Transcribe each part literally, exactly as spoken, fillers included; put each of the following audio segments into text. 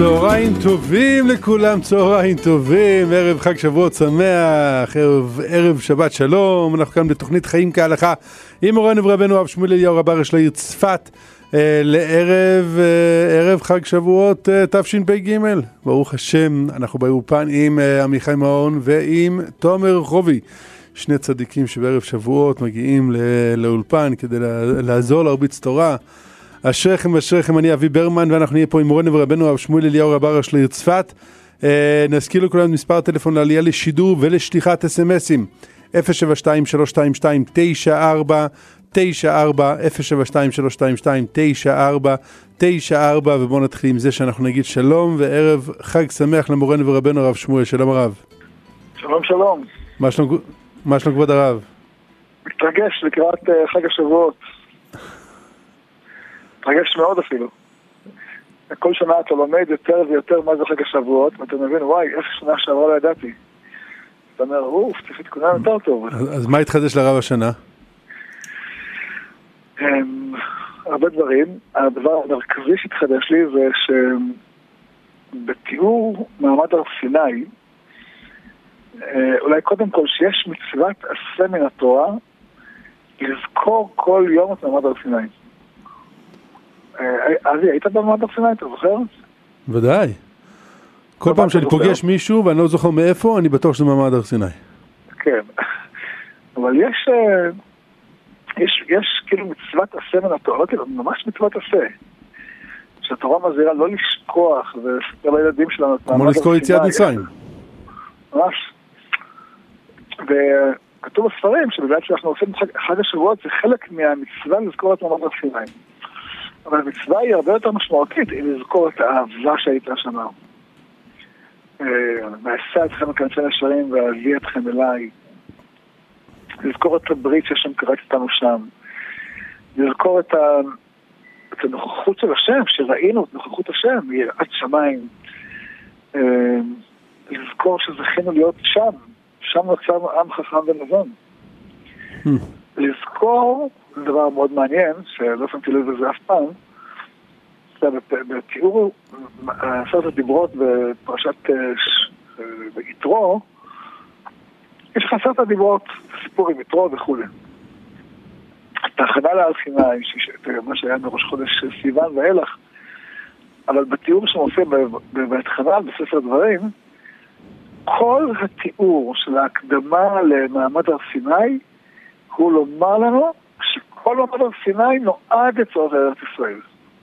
צהריים טובים לכולם, צהריים טובים, ערב חג שבועות שמח, ערב, ערב שבת שלום. אנחנו כאן בתוכנית חיים כהלכה עם מורנו ורבנו הרב שמואל אליהו רב הראשי לעיר צפת, אה, לערב אה, ערב חג שבועות אה, תשפ"ג. ברוך השם, אנחנו באולפן עם אה, עמיחי מעון ועם תומר רובי, שני צדיקים שבערב שבועות מגיעים לאולפן כדי לעזור להרביץ תורה. אשריכם אשריכם, אני אבי ברמן, ואנחנו נהיה פה עם מורנו ורבנו הרב שמואל אליהו רב הראשי לעיר צפת. אה, נזכיר לכולם מספר הטלפון לעלייה לשידור ולשליחת אס-אמסים אפס שבע שתיים שלוש שתיים שתיים תשע ארבע תשע ארבע אפס שבע שתיים שלוש שתיים שתיים תשע ארבע תשע ארבע. ובואו נתחיל עם זה שאנחנו נגיד שלום וערב חג שמח למורנו ורבנו הרב שמואל. שלום הרב. שלום שלום. מה שלום, מה שלום כבוד הרב? מתרגש לקראת uh, חג השבועות. מתרגש מאוד אפילו. כל שנה אתה לומד יותר ויותר מה זה חג השבועות, ואתה מבין, וואי, איך שנה שעברה לא ידעתי. אתה אומר, אוף, צריך להתכונן יותר טוב. אז, אז מה התחדש לרב השנה? Um, הרבה דברים. הדבר המרכזי שהתחדש לי זה שבתיאור מעמד הר סיני, uh, אולי קודם כל שיש מצוות עשה מן התורה, לזכור כל יום את מעמד הר סיני. אבי, היית במעמד הר סיני, אתה זוכר? ודאי. כל פעם שאני פוגש מישהו ואני לא זוכר מאיפה, אני בטוח שזה מעמד הר סיני. כן. אבל יש, יש, יש כאילו מצוות עשה מן התורה, לא כאילו, ממש מצוות עשה. שהתורה מזהירה לא לשכוח ולספר לילדים שלנו את מעמד הר סיני. כמו לזכור יציאת מצרים. ממש. וכתוב בספרים שבגלל שאנחנו עושים חג השבועות, זה חלק מהמצווה לזכור את מעמד הר סיני. אבל המצווה היא הרבה יותר משמעותית אם לזכור את האהבה שהייתה שם. ועשה אתכם מכנסי נשרים ואביא אתכם אליי. לזכור את הברית שהשם קראת איתנו שם. לזכור את, ה... את הנוכחות של השם, שראינו את נוכחות השם, יראת שמיים. לזכור שזכינו להיות שם. שם נוצר עם חכם ונבון. לזכור, זה דבר מאוד מעניין, שלא שמתי לב לזה אף פעם, בתיאור עשרת הדיברות בפרשת יתרו, יש לך עשרת הדיברות, סיפור עם יתרו וכו'. את ההכנה להר סיני, מה שהיה מראש חודש סיוון ואילך, אבל בתיאור שמופיע בהתחלה בספר דברים, כל התיאור של ההקדמה למעמד הר סיני, הוא לומר לנו שכל מעמד הר סיני נועד לצורך ארץ ישראל.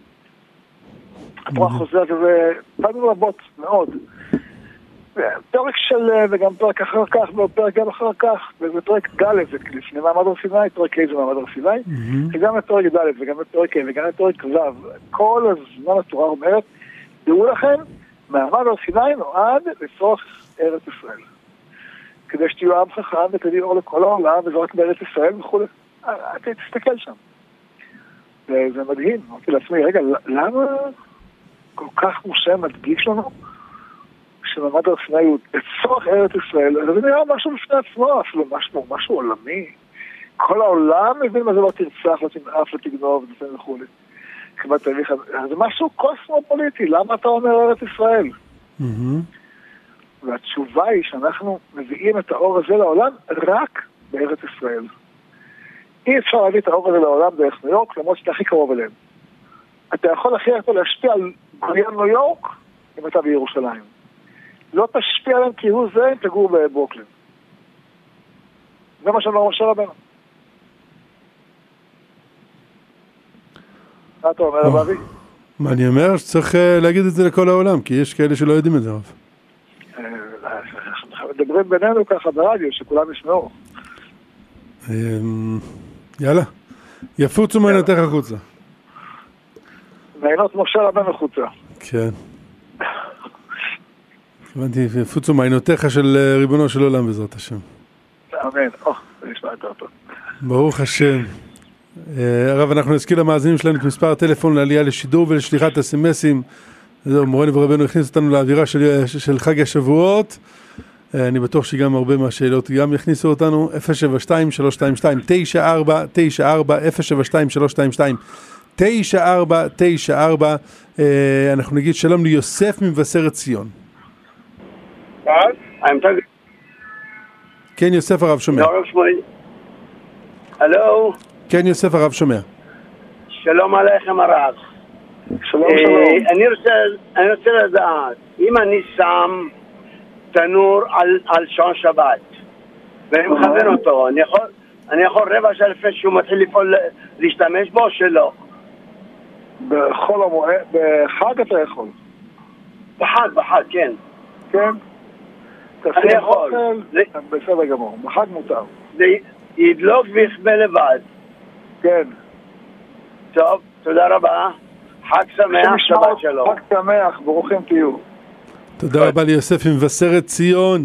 התורה חוזרת לזה פעמים רבות מאוד. פרק של, וגם פרק אחר כך, ופרק גם אחר כך, וזה פרק ד' זה לפני מעמד הר סיני, פרק ה' זה מעמד הר סיני, וגם לפרק ד' וגם לפרק ה' וגם לפרק ו'. כל הזמן התורה אומרת, דעו לכם, מעמד הר סיני נועד לצורך ארץ ישראל. כדי שתהיו עם חכם ותדעי אור לכל העולם, וזה רק בארץ ישראל וכו'. אתה תסתכל שם. זה מדהים. אמרתי לעצמי, רגע, למה כל כך משה מדגיש לנו שמעמד הר סיני הוא לצורך ארץ ישראל? זה נראה משהו בפני עצמו, אפילו משהו, משהו עולמי. כל העולם מבין מה זה לא תרצח, לא תנאף, לא תגנוב, וכו'. זה משהו קוסמופוליטי. למה אתה אומר ארץ ישראל? והתשובה היא שאנחנו מביאים את האור הזה לעולם רק בארץ ישראל. אי אפשר להביא את האור הזה לעולם דרך ניו יורק, למרות שאתה הכי קרוב אליהם. אתה יכול הכי הרבה להשפיע על גוריין ניו יורק אם אתה בירושלים. לא תשפיע עליהם כי הוא זה אם תגור בברוקלין. זה מה שאומר משה רבנו. מה אתה אומר, רבי? מה אני אומר? שצריך להגיד את זה לכל העולם, כי יש כאלה שלא יודעים את זה. אנחנו מדברים בינינו ככה ברדיו, שכולם ישמעו. יאללה, יפוצו מעיינותיך החוצה. מעיינות משה רבנו החוצה. כן. הבנתי, יפוצו מעיינותיך של ריבונו של עולם בעזרת השם. אמן, או, זה נשמע יותר טוב. ברוך השם. הרב, אנחנו נזכיר למאזינים שלנו את מספר הטלפון לעלייה לשידור ולשליחת אס-אמסים. זהו, מורנו ורבנו הכניס אותנו לאווירה של, של חג השבועות. אני בטוח שגם הרבה מהשאלות גם יכניסו אותנו. אפס שבע שתיים שלוש שתיים שתיים תשע ארבע תשע ארבע אפס שבע שתיים שלוש שתיים שתיים תשע ארבע תשע ארבע. אנחנו נגיד שלום ליוסף ממבשרת ציון. כן, יוסף, הרב שומע. הלו? כן, יוסף, הרב שומע. שלום עליכם הרב. שלום שלום. אני רוצה, אני רוצה לדעת, אם אני שם תנור על, על שעון שבת, ואני מכוון אותו, אני יכול, אני יכול רבע שעה לפני שהוא מתחיל לפעול, להשתמש בו או שלא? בכל המועד, בחג אתה יכול. בחג, בחג, כן. כן? אני יכול. זה... בסדר גמור, בחג מותר. זה ידלוק ויכבה לבד. כן. טוב, תודה רבה. חג שמח, שבת שלום. חג שמח, ברוכים תהיו. תודה רבה ליוסף ממבשרת ציון.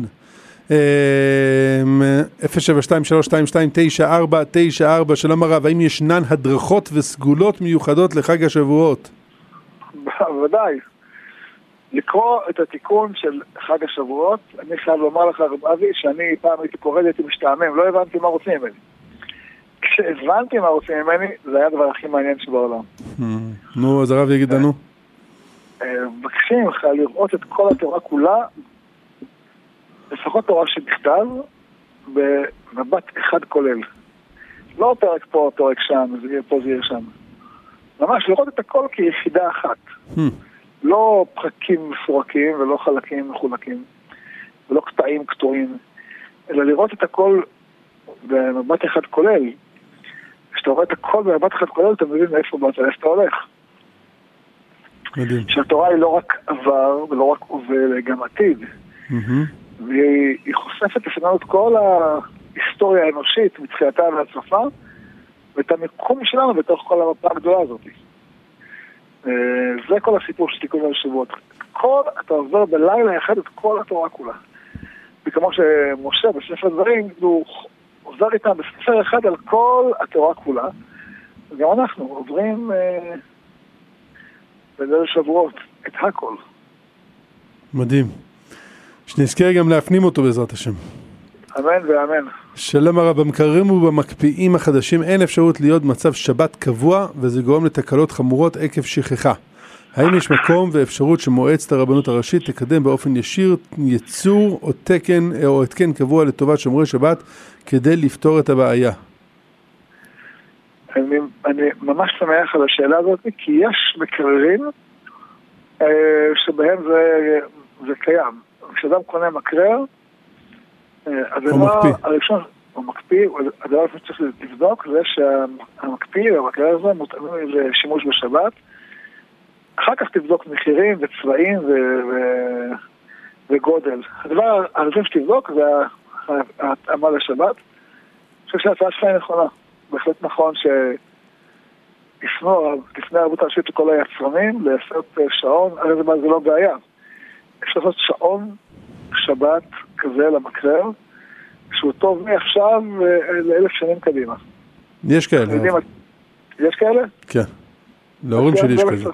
אפס שבע שתיים שלוש שתיים שתיים תשע ארבע תשע ארבע. שלום הרב, האם ישנן הדרכות וסגולות מיוחדות לחג השבועות? בוודאי. לקרוא את התיקון של חג השבועות, אני חייב לומר לך רב אבי שאני פעם הייתי קורא הייתי משתעמם, לא הבנתי מה רוצים ממני. כשהבנתי מה רוצים ממני, זה היה הדבר הכי מעניין שבעולם. נו, אז הרב יגיד לנו. מבקשים לך לראות את כל התורה כולה, לפחות תורה שבכתב, במבט אחד כולל. לא פרק פה, פרק שם, זה יהיה פה, זה יהיה שם. ממש לראות את הכל כיחידה אחת. לא פרקים מפורקים ולא חלקים מחולקים, ולא קטעים קטועים, אלא לראות את הכל במבט אחד כולל. כשאתה רואה את הכל במבט אחד כולל, אתה מבין מאיפה באת, לאיפה אתה הולך. מדהים. שהתורה היא לא רק עבר ולא רק הווה, אלא גם עתיד. והיא חושפת לפנינו את כל ההיסטוריה האנושית, מתחילתה ועד סופה, ואת המיקום שלנו בתוך כל המפה הגדולה הזאת. זה כל הסיפור של תיקון השבועות. כל, אתה עובר בלילה אחד את כל התורה כולה. וכמו שמשה בספר דברים, הוא עוזר איתם בספר אחד על כל התורה כולה. וגם אנחנו עוברים אה, בליל שבועות את הכל. מדהים. שנזכר גם להפנים אותו בעזרת השם. אמן ואמן. שלום הרב, במקררים ובמקפיאים החדשים אין אפשרות להיות מצב שבת קבוע, וזה גורם לתקלות חמורות עקב שכחה. האם יש מקום ואפשרות שמועצת הרבנות הראשית תקדם באופן ישיר ייצור או תקן או התקן קבוע לטובת שומרי שבת כדי לפתור את הבעיה? אני, אני ממש שמח על השאלה הזאת, כי יש מקררים אה, שבהם זה, זה קיים. כשאדם קונה מקרר, הדבר הראשון, הוא מקפיא, הדבר הראשון שצריך לבדוק זה שהמקפיא והמקרר הזה מותאמים לשימוש בשבת. אחר כך תבדוק מחירים וצבעים וגודל. הדבר הראשון שתבדוק זה ההתאמה לשבת. אני חושב שההצעה שלה היא נכונה. בהחלט נכון שיפנו, לפני הרבנות הראשית לכל היצרנים, לעשות שעון, הרי זה לא בעיה. יש לעשות שעון שבת כזה למקרר, שהוא טוב מעכשיו לאלף שנים קדימה. יש כאלה. יש כאלה? כן. להורים שלי יש כזה.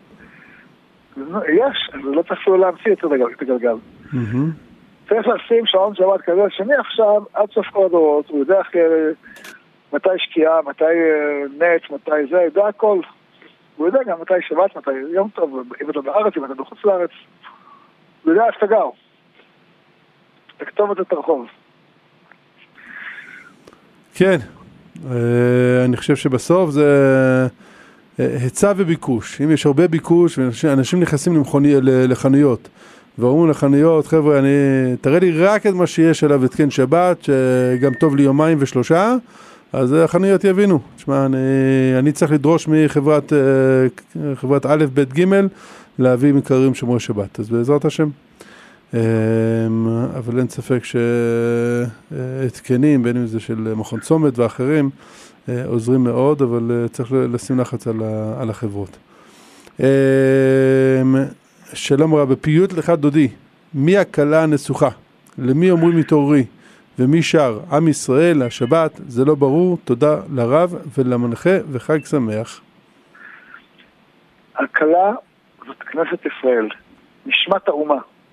יש, אז לא צריך להמציא את הגלגל. צריך לשים שעון שבת כזה, שמעכשיו עד סוף כל הדורות, הוא יודע מתי שקיעה, מתי נץ, מתי זה, יודע הכל. הוא יודע גם מתי שבת, מתי יום טוב, אם אתה בארץ, אם אתה בחוץ לארץ. הוא יודע איך אתה גר. תכתוב את הרחוב. כן, אני חושב שבסוף זה היצע וביקוש. אם יש הרבה ביקוש, ואנשים נכנסים לחנויות, ואומרים לחנויות, חבר'ה, אני, תראה לי רק את מה שיש עליו התקן שבת, שגם טוב לי יומיים ושלושה, אז החנויות יבינו. תשמע, אני, אני צריך לדרוש מחברת חברת א', ב', ג', להביא מקררים שומרי שבת. אז בעזרת השם. אבל אין ספק שהתקנים, בין אם זה של מכון צומת ואחרים, עוזרים מאוד, אבל צריך לשים לחץ על החברות. שלום רב, בפיוט לך דודי, מי הקלה הנסוכה? למי אומרים מתעוררי? ומי שר? עם ישראל, השבת, זה לא ברור. תודה לרב ולמנחה וחג שמח. הקלה זאת כנסת ישראל, נשמת האומה.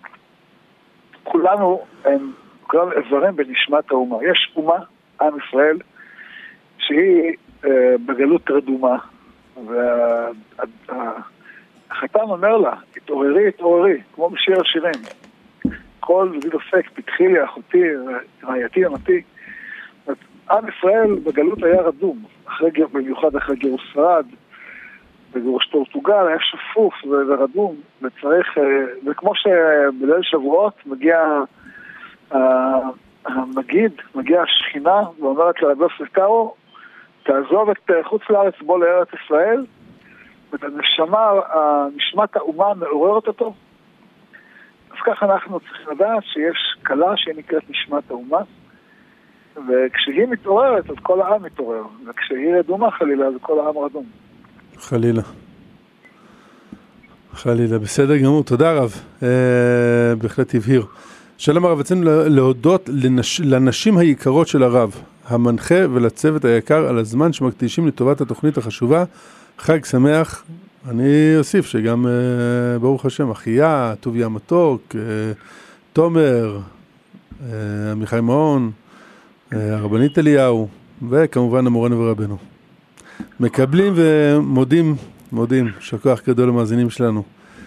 כולנו הם, כולנו איברים בנשמת האומה. יש אומה, עם ישראל, שהיא אה, בגלות רדומה, והחתן אומר לה, התעוררי, התעוררי, כמו בשיר השירים. כל זה דופק, פתחי לי, אחותי, רעייתי, אמתי. עם ישראל בגלות היה רדום, אחרי, במיוחד אחרי גירוש ספרד, בגירוש פורטוגל, היה שפוף ורדום, וצריך, וכמו שבליל שבועות מגיע המגיד, מגיעה השכינה, ואומרת לרבי יוסף קארו, תעזוב את חוץ לארץ, בוא לארץ ישראל, ואת הנשמה, נשמת האומה מעוררת אותו. אז ככה אנחנו צריכים לדעת שיש קלה שהיא נקראת נשמת האומה, וכשהיא מתעוררת, אז כל העם מתעורר, וכשהיא רדומה חלילה, אז כל העם רדום. חלילה. חלילה, בסדר גמור, תודה רב, אה, בהחלט הבהיר. שלום הרב, רצינו להודות לנש... לנשים היקרות של הרב, המנחה ולצוות היקר על הזמן שמקדישים לטובת התוכנית החשובה. חג שמח. אני אוסיף שגם אה, ברוך השם, אחיה, טוביה מתוק, אה, תומר, אה, עמיחי מעון, אה, הרבנית אליהו, וכמובן המורנו ורבנו. מקבלים ומודים, מודים, שכוח גדול למאזינים שלנו.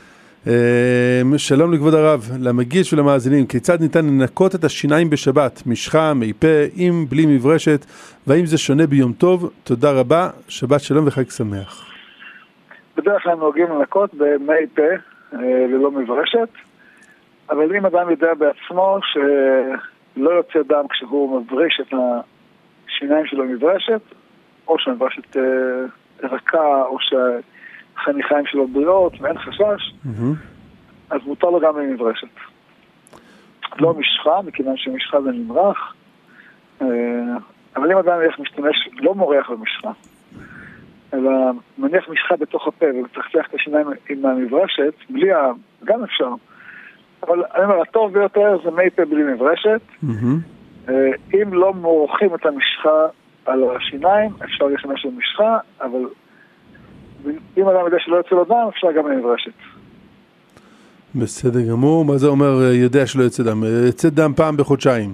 שלום לכבוד הרב, למגיש ולמאזינים, כיצד ניתן לנקות את השיניים בשבת, משחה, מיפה, עם בלי מברשת, והאם זה שונה ביום טוב? תודה רבה, שבת שלום וחג שמח. בדרך כלל נוהגים לנקות במי פה, ללא מברשת, אבל אם אדם יודע בעצמו שלא יוצא דם כשהוא מברש את השיניים שלו מברשת, או שהמברשת רכה, או שהחניכיים שלו בריאות, ואין חשש, אז מותר לו גם למברשת. לא משחה, מכיוון שמשחה זה נמרח, אבל אם אדם איך משתמש, לא מורח במשחה, אלא מניח משחה בתוך הפה ומצחצח את השיניים עם המברשת, בלי ה... גם אפשר. אבל אני אומר, הטוב ביותר זה מי פה בלי מברשת. אם לא מורחים את המשחה על השיניים, אפשר להשתמש במשחה, אבל אם אדם יודע שלא יוצא לו דם, אפשר גם למברשת. בסדר גמור. מה זה אומר יודע שלא יוצא דם? יוצא דם פעם בחודשיים.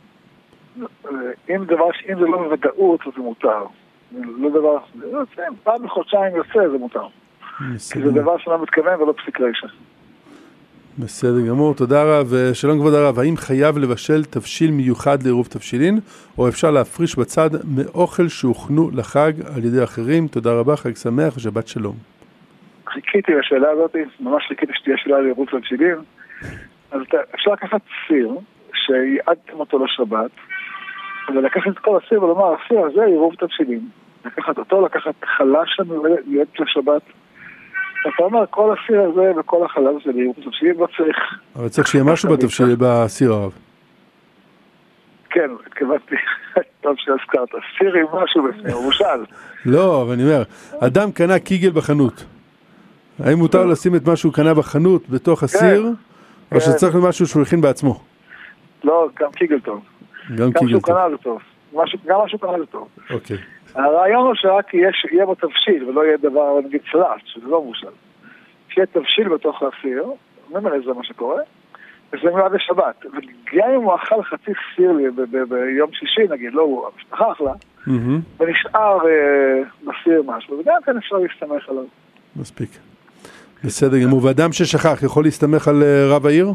אם דבר, אם זה לא בוודאות, זה מותר. לא דבר, פעם בחודשיים יוצא, זה מותר. כי זה דבר שלא מתכוון ולא פסיק רישה. בסדר גמור, תודה רב. שלום כבוד הרב, האם חייב לבשל תבשיל מיוחד לעירוב תבשילין, או אפשר להפריש בצד מאוכל שהוכנו לחג על ידי אחרים? תודה רבה, חג שמח ושבת שלום. חיכיתי לשאלה הזאת, ממש חיכיתי שתהיה שאלה לעירוב תבשילין. אז אפשר לקחת סיר, שיעדתם אותו לשבת, ולקחת את כל הסיר ולומר, הסיר הזה עירוב תבשילין. לקחת אותו, לקחת חלש מיועד לשבת, אתה אומר, כל הסיר הזה וכל החלב הזה לעירוב תבשילין לא צריך... אבל צריך שיהיה משהו בתבשיל, בסיר הרב. כן, התכוונתי, טוב שהזכרת, סיר עם משהו בפנים, הוא מושל. לא, אבל אני אומר, אדם קנה קיגל בחנות. האם מותר לשים את משהו קנה בחנות בתוך הסיר, או שצריך משהו שהוא הכין בעצמו? לא, גם קיגל טוב. גם קיגל טוב. גם משהו קנה זה טוב. גם משהו קנה זה טוב. אוקיי. הרעיון הוא שרק יהיה בו תבשיל, ולא יהיה דבר, נגיד סלט, שזה לא מושל. שיהיה תבשיל בתוך הסיר, אומרים זה מה שקורה, וזה מיועד לשבת. וגם אם הוא אכל חצי סיר לי ביום שישי, נגיד, לא הוא, המשפחה אכלה, ונשאר בסיר משהו, וגם כאן אפשר להסתמך עליו. מספיק. בסדר גמור. ואדם ששכח יכול להסתמך על רב העיר?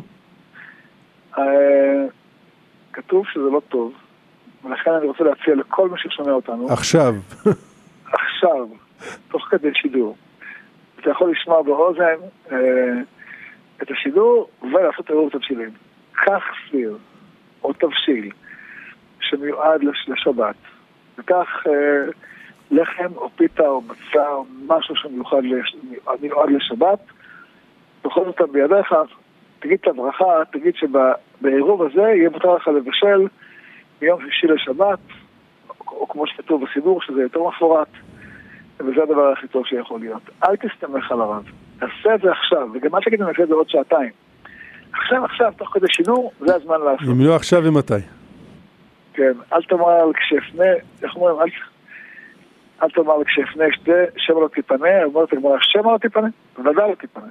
כתוב שזה לא טוב. ולכן אני רוצה להציע לכל מי ששומע אותנו. עכשיו. עכשיו, תוך כדי שידור. אתה יכול לשמוע באוזן אה, את השידור ולעשות עירוב תבשילין. כך סיר או תבשיל שמיועד לשבת. וכך אה, לחם או פיתה או מצה או משהו שמיועד מיועד לשבת. בכל זאת בידיך, תגיד את הברכה, תגיד שבעירוב הזה יהיה מותר לך לבשל מיום שישי לשבת, או כמו שכתוב בסידור, שזה יותר מפורט, וזה הדבר הכי טוב שיכול להיות. אל תסתמך על הרב. תעשה את זה עכשיו, וגם אל תגיד, אני אעשה את זה עוד שעתיים. עכשיו, עכשיו, תוך כדי שידור, זה הזמן לעשות. אם לא עכשיו ומתי? כן, אל תאמר כשאפנה, איך אומרים, אל, אל תאמר כשאפנה שדה, שם לא תיפנה, אומרת הגמרא, שם לא תיפנה, ודאי לא תיפנה.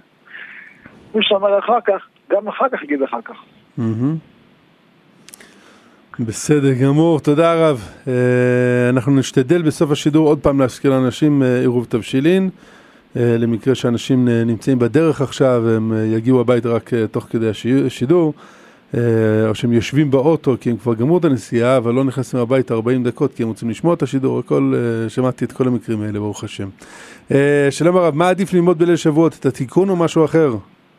מי שאומר אחר כך, גם אחר כך יגיד אחר כך. אהה. בסדר גמור, תודה רב. אנחנו נשתדל בסוף השידור עוד פעם להזכיר לאנשים עירוב תבשילין, למקרה שאנשים נמצאים בדרך עכשיו, הם יגיעו הביתה רק תוך כדי השידור, או שהם יושבים באוטו כי הם כבר גמרו את הנסיעה, אבל לא נכנסים הביתה ארבעים דקות כי הם רוצים לשמוע את השידור. הכל, שמעתי את כל המקרים האלה, ברוך השם. שלום הרב, מה עדיף ללמוד בליל שבועות, את התיקון או משהו אחר?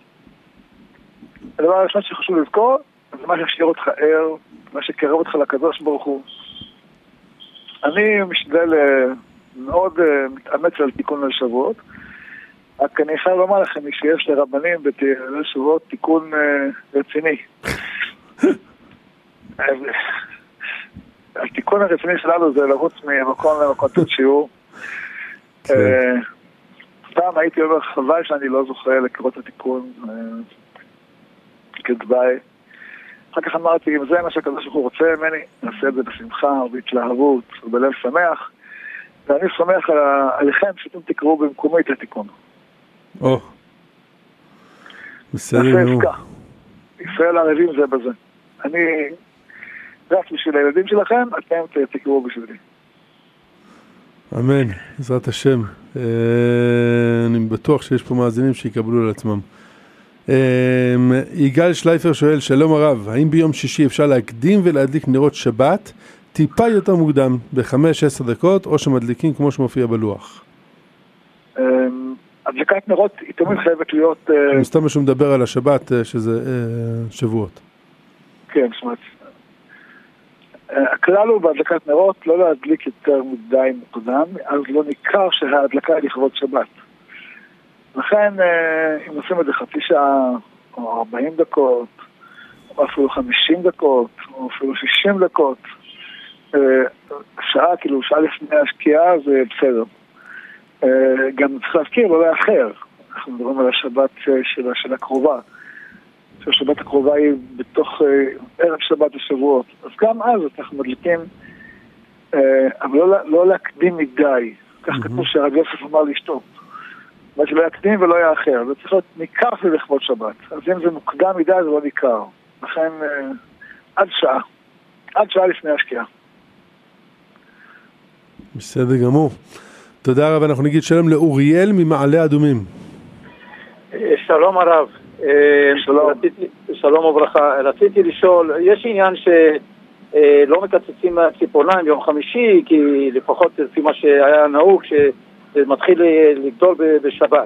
הדבר הראשון שחשוב לזכור, זה מה שישאיר אותך ער, מה שקרב אותך לקדוש ברוך הוא. אני משתדל מאוד מתאמץ על תיקון ליל שבועות, רק אני חייב לומר לכם, שיש לרבנים בליל שבועות תיקון רציני. התיקון הרציני שלנו זה לרוץ ממקום למקום שיעור. פעם הייתי אומר חבל שאני לא זוכר לקרוא את התיקון כדבעי. אחר כך אמרתי, אם זה מה שהקדוש ברוך הוא רוצה ממני, נעשה את זה בשמחה ובהתלהבות ובלב שמח, ואני שמח עליכם שאתם תקראו במקומי את התיקון. או, בסדר גמור. ישראל ערבים זה בזה. אני רק בשביל הילדים שלכם, אתם תקראו בשבילי. אמן, בעזרת השם. אני בטוח שיש פה מאזינים שיקבלו על עצמם. יגאל שלייפר שואל, שלום הרב, האם ביום שישי אפשר להקדים ולהדליק נרות שבת טיפה יותר מוקדם, בחמש עשר דקות, או שמדליקים כמו שמופיע בלוח? הדלקת נרות היא תמיד חייבת להיות... מסתום משהו מדבר על השבת, שזה שבועות. כן, זאת אומרת, הכלל הוא בהדלקת נרות לא להדליק יותר מדי מוקדם, אז לא ניכר שההדלקה היא לכבוד שבת. לכן, אם עושים את זה חצי שעה, או ארבעים דקות, או אפילו חמישים דקות, או אפילו שישים דקות, שעה, כאילו שעה לפני השקיעה, זה בסדר. גם צריך להזכיר, לא לאחר. אנחנו מדברים על השבת של, של הקרובה. שהשבת הקרובה היא בתוך ערב שבת השבועות. אז גם אז אנחנו מדליקים, אבל לא, לא להקדים מדי. כך כתוב שהרב יוסף אמר לשתות. מה שלא יקדים ולא יאחר. זה צריך להיות ניכר לכבוד שבת. אז אם זה מוקדם מדי, זה לא ניכר. לכן, עד שעה. עד שעה לפני השקיעה. בסדר גמור. תודה רבה. אנחנו נגיד שלום לאוריאל ממעלה אדומים. שלום הרב. שלום. רציתי, שלום וברכה. רציתי לשאול, יש עניין שלא מקצצים מהציפורניים ביום חמישי, כי לפחות לפי מה שהיה נהוג, שזה מתחיל לגדול בשבת.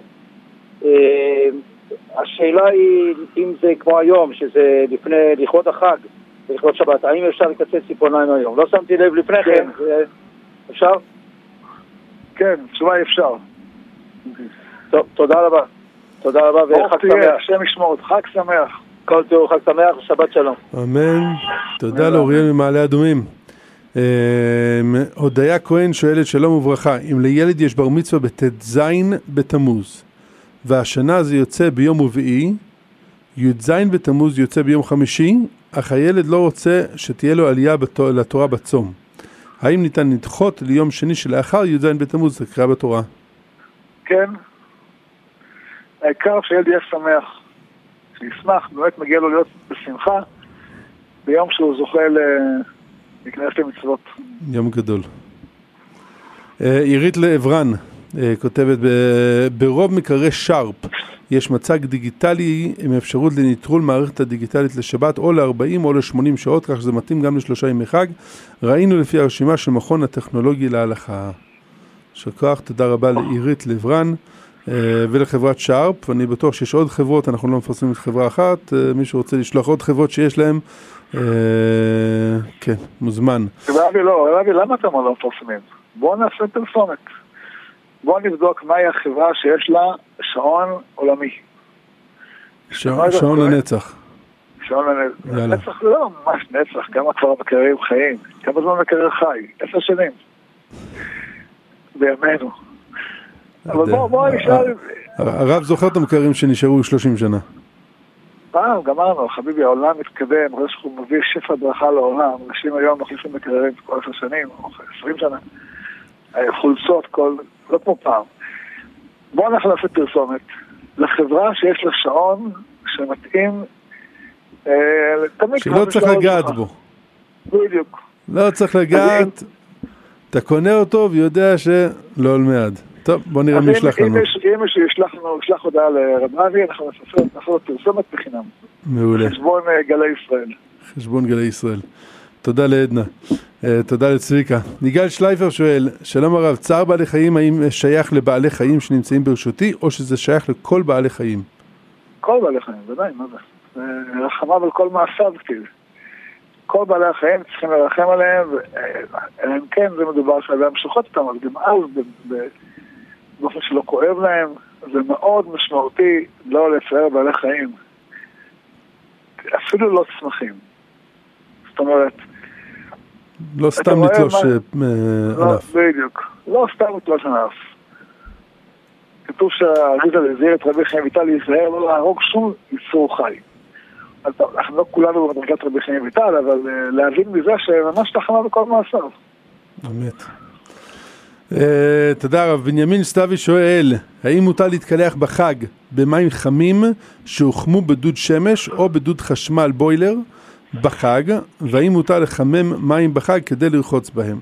השאלה היא, אם זה כמו היום, שזה לפני, לכבוד החג, לכבוד שבת, האם אפשר לקצץ ציפורניים היום? לא שמתי לב לפני כן. אפשר? כן, תשובה אפשר. טוב, תודה רבה. תודה רבה וחג שמח. השם ישמור אותך, חג שמח. כל טוב, חג שמח ושבת שלום. אמן. תודה לאוריאל ממעלה אדומים. הודיה כהן שואלת, שלום וברכה, אם לילד יש בר מצווה בט"ז בתמוז, והשנה זה יוצא ביום רביעי, י"ז בתמוז יוצא ביום חמישי, אך הילד לא רוצה שתהיה לו עלייה לתורה בצום. האם ניתן לדחות ליום שני שלאחר י"ז בתמוז לקריאה בתורה? כן. העיקר שילד יהיה שמח, שישמח, באמת מגיע לו להיות בשמחה, ביום שהוא זוכה להיכנס למצוות. יום גדול. עירית לעברן כותבת, ברוב מקרי שרפ יש מצג דיגיטלי עם אפשרות לניטרול מערכת הדיגיטלית לשבת או ל-ארבעים או ל-שמונים שעות, כך שזה מתאים גם לשלושה ימי חג. ראינו לפי הרשימה של מכון הטכנולוגי להלכה. שכוח, תודה רבה לעירית לעברן ולחברת שרפ, ואני בטוח שיש עוד חברות, אנחנו לא מפרסמים את חברה אחת, מישהו רוצה לשלוח עוד חברות שיש להם, כן, מוזמן. רבי לא, רבי, למה אתם לא מפרסמים? בואו נעשה פרסומת. בואו נבדוק מהי החברה שיש לה שעון עולמי. שעון לנצח. שעון לנצח. נצח זה לא ממש נצח, כמה כבר מקררים חיים, כמה זמן מקרר חי, עשר שנים. בימינו. אבל בואו, בואו נשאל... הרב זוכר את המקררים שנשארו שלושים שנה. פעם, גמרנו, חביבי, העולם מתקדם, אחרי שהוא מביא שפע ברכה לעולם, אנשים היום מחליפים מקררים כל עשר שנים, או עשרים שנה, חולצות, כל... לא כמו פעם. בואו אנחנו נעשה פרסומת לחברה שיש לה שעון שמתאים... שלא צריך לגעת בו. בדיוק. לא צריך לגעת, אתה קונה אותו ויודע שלא על מיד. טוב, בוא נראה מי ישלח לנו. אם מישהו ישלח לנו, ישלח הודעה לרב אבי, אנחנו נעשה פרסומת בחינם. מעולה. חשבון גלי ישראל. חשבון גלי ישראל. תודה לעדנה. תודה לצביקה. ניגל שלייפר שואל, שלום הרב, צער בעלי חיים האם שייך לבעלי חיים שנמצאים ברשותי, או שזה שייך לכל בעלי חיים? כל בעלי חיים, ודאי, מה זה? רחמיו על כל מעשיו, כאילו. כל בעלי החיים צריכים לרחם עליהם, אם כן זה מדובר שאדם שוחט אותם, אז גם אז באופן שלא כואב להם, זה מאוד משמעותי לא לצייר בעלי חיים. אפילו לא צמחים. זאת אומרת, לא סתם לתלוש ענף. בדיוק, לא סתם לתלוש ענף. כתוב שהריזה להזהיר את רבי חיים ויטל להיזהר, לא להרוג שום יצור חי. אז אנחנו לא כולנו במדרגת רבי חיים ויטל, אבל להבין מזה שממש תחנה בכל מעשיו. באמת. תודה רב. בנימין סתיוי שואל, האם מותר להתקלח בחג במים חמים שהוחמו בדוד שמש או בדוד חשמל בוילר בחג, והאם מותר לחמם מים בחג כדי לרחוץ בהם?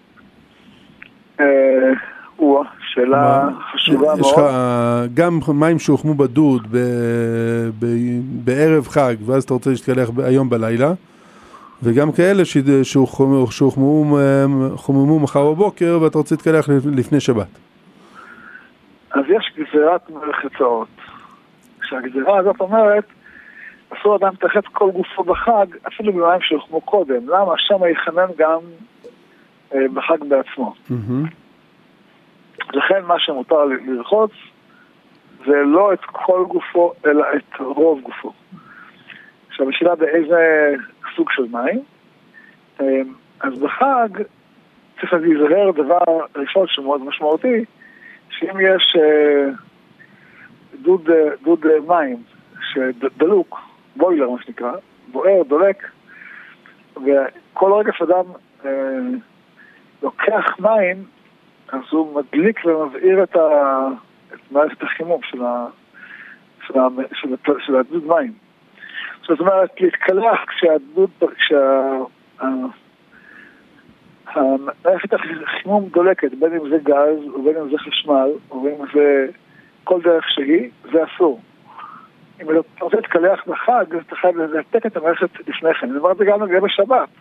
וואו, שאלה חשובה מאוד. יש לך גם מים שהוחמו בדוד בערב חג, ואז אתה רוצה להתקלח היום בלילה, וגם כאלה שהוחממו מחר בבוקר, ואתה רוצה להתקלח לפני שבת. אז יש גזירת מרחצאות. כשהגזירה הזאת אומרת, אסור אדם תחץ כל גופו בחג, אפילו במים שהוחמו קודם. למה? שם יחנן גם אה, בחג בעצמו. Mm-hmm. לכן מה שמותר לרחוץ, זה לא את כל גופו, אלא את רוב גופו. עכשיו, השאלה באיזה סוג של מים. אה, אז בחג צריך להיזהר דבר ראשון שמאוד משמעותי, שאם יש אה, דוד, דוד מים שדלוק, בוילר מה שנקרא, בוער, דולק, וכל רגע שאדם אה, לוקח מים, אז הוא מדליק ומבעיר את, ה, את מערכת החימום של, ה, של, ה, של, ה, של הדוד מים. זאת אומרת, להתקלח כשהדוד, כשה... מערכת החימום דולקת, בין אם זה גז, או בין אם זה חשמל, או בין אם זה כל דרך שהיא, זה אסור. אם אתה רוצה להתקלח בחג, אתה חייב לתק את המערכת לפני כן. אני אומר את זה גם לגבי בשבת.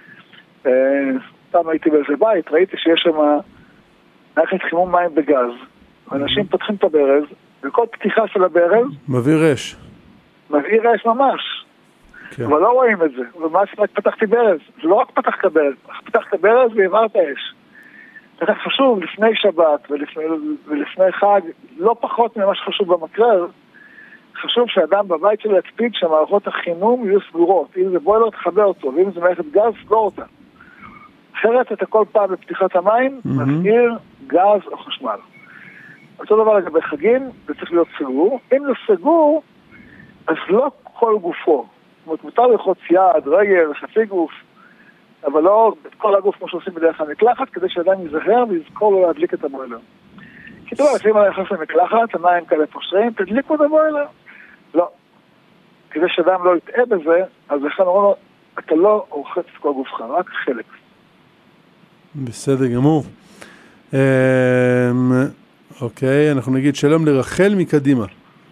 פעם הייתי באיזה בית, ראיתי שיש שם מערכת חימום מים בגז. אנשים פותחים את הברז, וכל פתיחה של הברז... מביא רש. מביא רש ממש. כן. אבל לא רואים את זה. ומה שרק פתחתי ברז? זה לא רק פתח את הברז. פתח את הברז והעברת אש. זה חשוב לפני שבת ולפני, ולפני חג, לא פחות ממה שחשוב במקרר, חשוב שאדם בבית שלו יקפיד שמערכות החימום יהיו סגורות. אם זה בוילר, תחבר אותו, ואם זה מערכת גז, סגור אותה. אחרת אתה כל פעם בפתיחת המים, mm-hmm. מזכיר גז או חשמל. אותו דבר לגבי חגים, זה צריך להיות סגור. אם זה סגור, אז לא כל גופו. זאת אומרת, מותר לרחוץ יד, רגל, חצי גוף, אבל לא את כל הגוף כמו שעושים בדרך המקלחת, כדי שאדם יזהר ויזכור לו להדליק את הבוילר. כי טוב, אם אני נכנס למקלחת, המים כאלה פושרים, תדליקו את הבוילר. לא. כדי שאדם לא יטעה בזה, אז לכן אומרים לו, אתה לא רוחץ את כל גופך, רק חלק. בסדר גמור. אוקיי, אנחנו נגיד שלום לרחל מקדימה.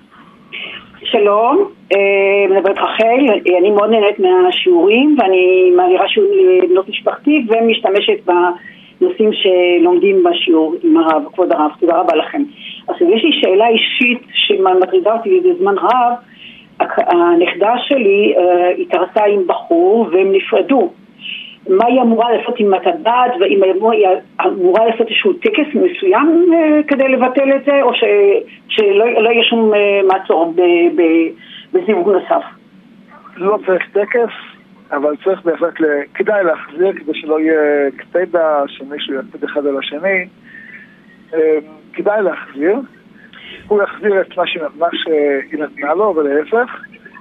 שלום, מדברת רחל, אני מאוד נהנית מהשיעורים ואני מעבירה שיעורים לבנות משפחתי ומשתמשת בנושאים שלומדים בשיעור עם הרב, כבוד הרב, תודה רבה לכם. אז יש לי שאלה אישית שמטרידה אותי בזמן רב, הנכדה שלי התארסה עם בחור והם נפרדו. מה היא אמורה לעשות עם הטבעת, והיא אמורה לעשות איזשהו טקס מסוים כדי לבטל את זה, או ש, שלא לא יהיה שום מעצור בזיווג נוסף? לא צריך טקס, אבל צריך בהחלט, כדאי להחזיר כדי שלא יהיה קטדה שמישהו יקפיד אחד על השני. כדאי להחזיר. הוא יחזיר את מה שהיא נתנה לו ולהפך,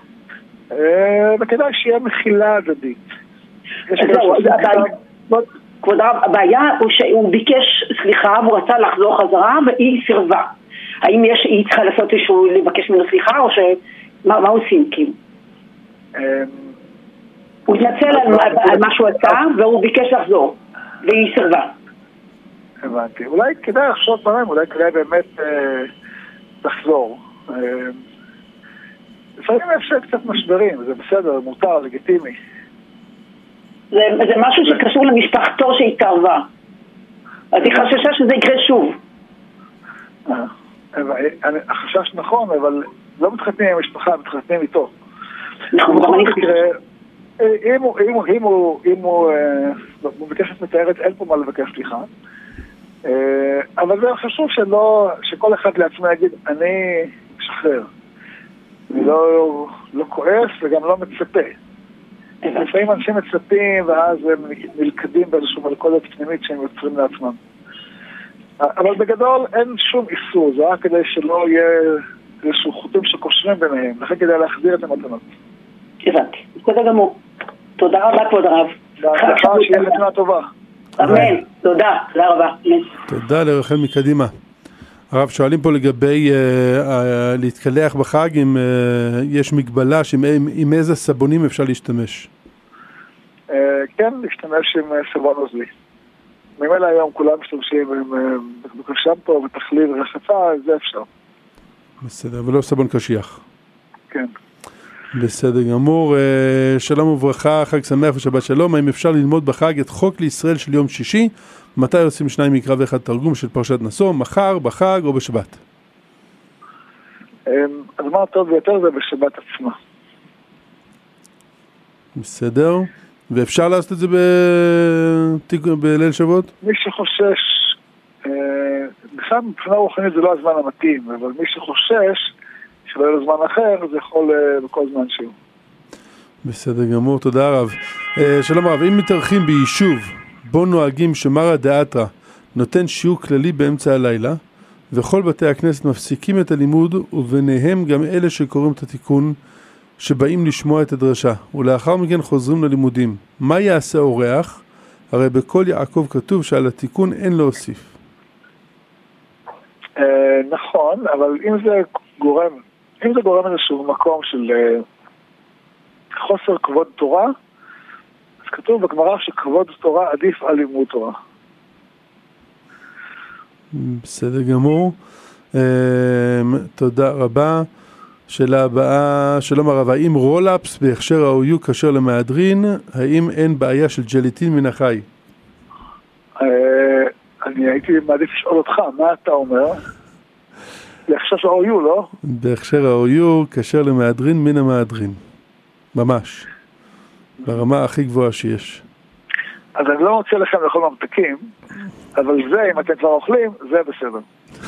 וכדאי שיהיה מחילה הדדית. כבוד הרב, הבעיה הוא שהוא ביקש סליחה והוא רצה לחזור חזרה והיא סירבה. האם היא צריכה לעשות איזשהו לבקש ממנו סליחה או מה עושים כאילו? הוא התנצל על מה שהוא עשה, והוא ביקש לחזור, והיא סרבה. הבנתי. אולי כדאי לחשוב פעמים, אולי כדאי באמת לחזור. לפעמים אפשר קצת משברים, זה בסדר, מותר, לגיטימי. זה משהו שקשור למשפחתו שהתערבה. אז היא חששה שזה יקרה שוב. החשש נכון, אבל לא מתחתנים עם המשפחה, מתחתנים איתו. נכון, גם אני חושבת. אם הוא, אם הוא, אם הוא, אם הוא, הוא בקשת מתארת, אין פה מה לבקש סליחה. אבל זה חשוב שלא, שכל אחד לעצמו יגיד, אני משחרר. אני לא, לא כועס וגם לא מצפה. לפעמים אנשים מצפים ואז הם נלכדים באיזשהו מלכודת פנימית שהם יוצרים לעצמם. אבל בגדול אין שום איסור, זה רק כדי שלא יהיה איזשהו חוטים שקושרים ביניהם, לכן כדי להחזיר את המתנות. הבנתי, בסדר גמור. תודה רבה, כבוד הרב. בהצלחה, שיהיה חתימה טובה. אמן, תודה, תודה רבה. תודה לרחל מקדימה. הרב, שואלים פה לגבי להתקלח בחג, אם יש מגבלה, עם איזה סבונים אפשר להשתמש? כן, להשתמש עם סבון נוזלי. ממילא היום כולם משתמשים עם שמפו ותחליל רחצה, זה אפשר. בסדר, ולא סבון קשיח. כן. בסדר גמור. שלום וברכה, חג שמח ושבת שלום. האם אפשר ללמוד בחג את חוק לישראל של יום שישי? מתי עושים שניים מקרא ואחד תרגום של פרשת נשוא? מחר, בחג או בשבת? הזמן הטוב ביותר זה בשבת עצמה. בסדר. ואפשר לעשות את זה בליל שבועות? מי שחושש, בכלל מבחינה רוחנית זה לא הזמן המתאים, אבל מי שחושש שלא יהיה לו זמן אחר, זה יכול בכל זמן שהוא. בסדר גמור, תודה רב. שלום רב, אם מתארחים ביישוב בו נוהגים שמרא דאתרא נותן שיעור כללי באמצע הלילה, וכל בתי הכנסת מפסיקים את הלימוד, וביניהם גם אלה שקוראים את התיקון, שבאים לשמוע את הדרשה, ולאחר מכן חוזרים ללימודים. מה יעשה אורח? הרי בכל יעקב כתוב שעל התיקון אין להוסיף. נכון, אבל אם זה גורם, אם זה גורם איזשהו מקום של חוסר כבוד תורה, אז כתוב בגמרא שכבוד תורה עדיף על לימוד תורה. בסדר גמור. תודה רבה. שאלה הבאה, שלום הרב, האם רולאפס בהכשר ה-או יו כשר למהדרין? האם אין בעיה של ג'ליטין מן החי? אני הייתי מעדיף לשאול אותך, מה אתה אומר? בהכשר של ה-או יו, לא? בהכשר ה-או יו כשר למהדרין מן המהדרין. ממש. ברמה הכי גבוהה שיש. אז אני לא רוצה לכם לאכול ממתקים, אבל זה, אם אתם כבר אוכלים, זה בסדר.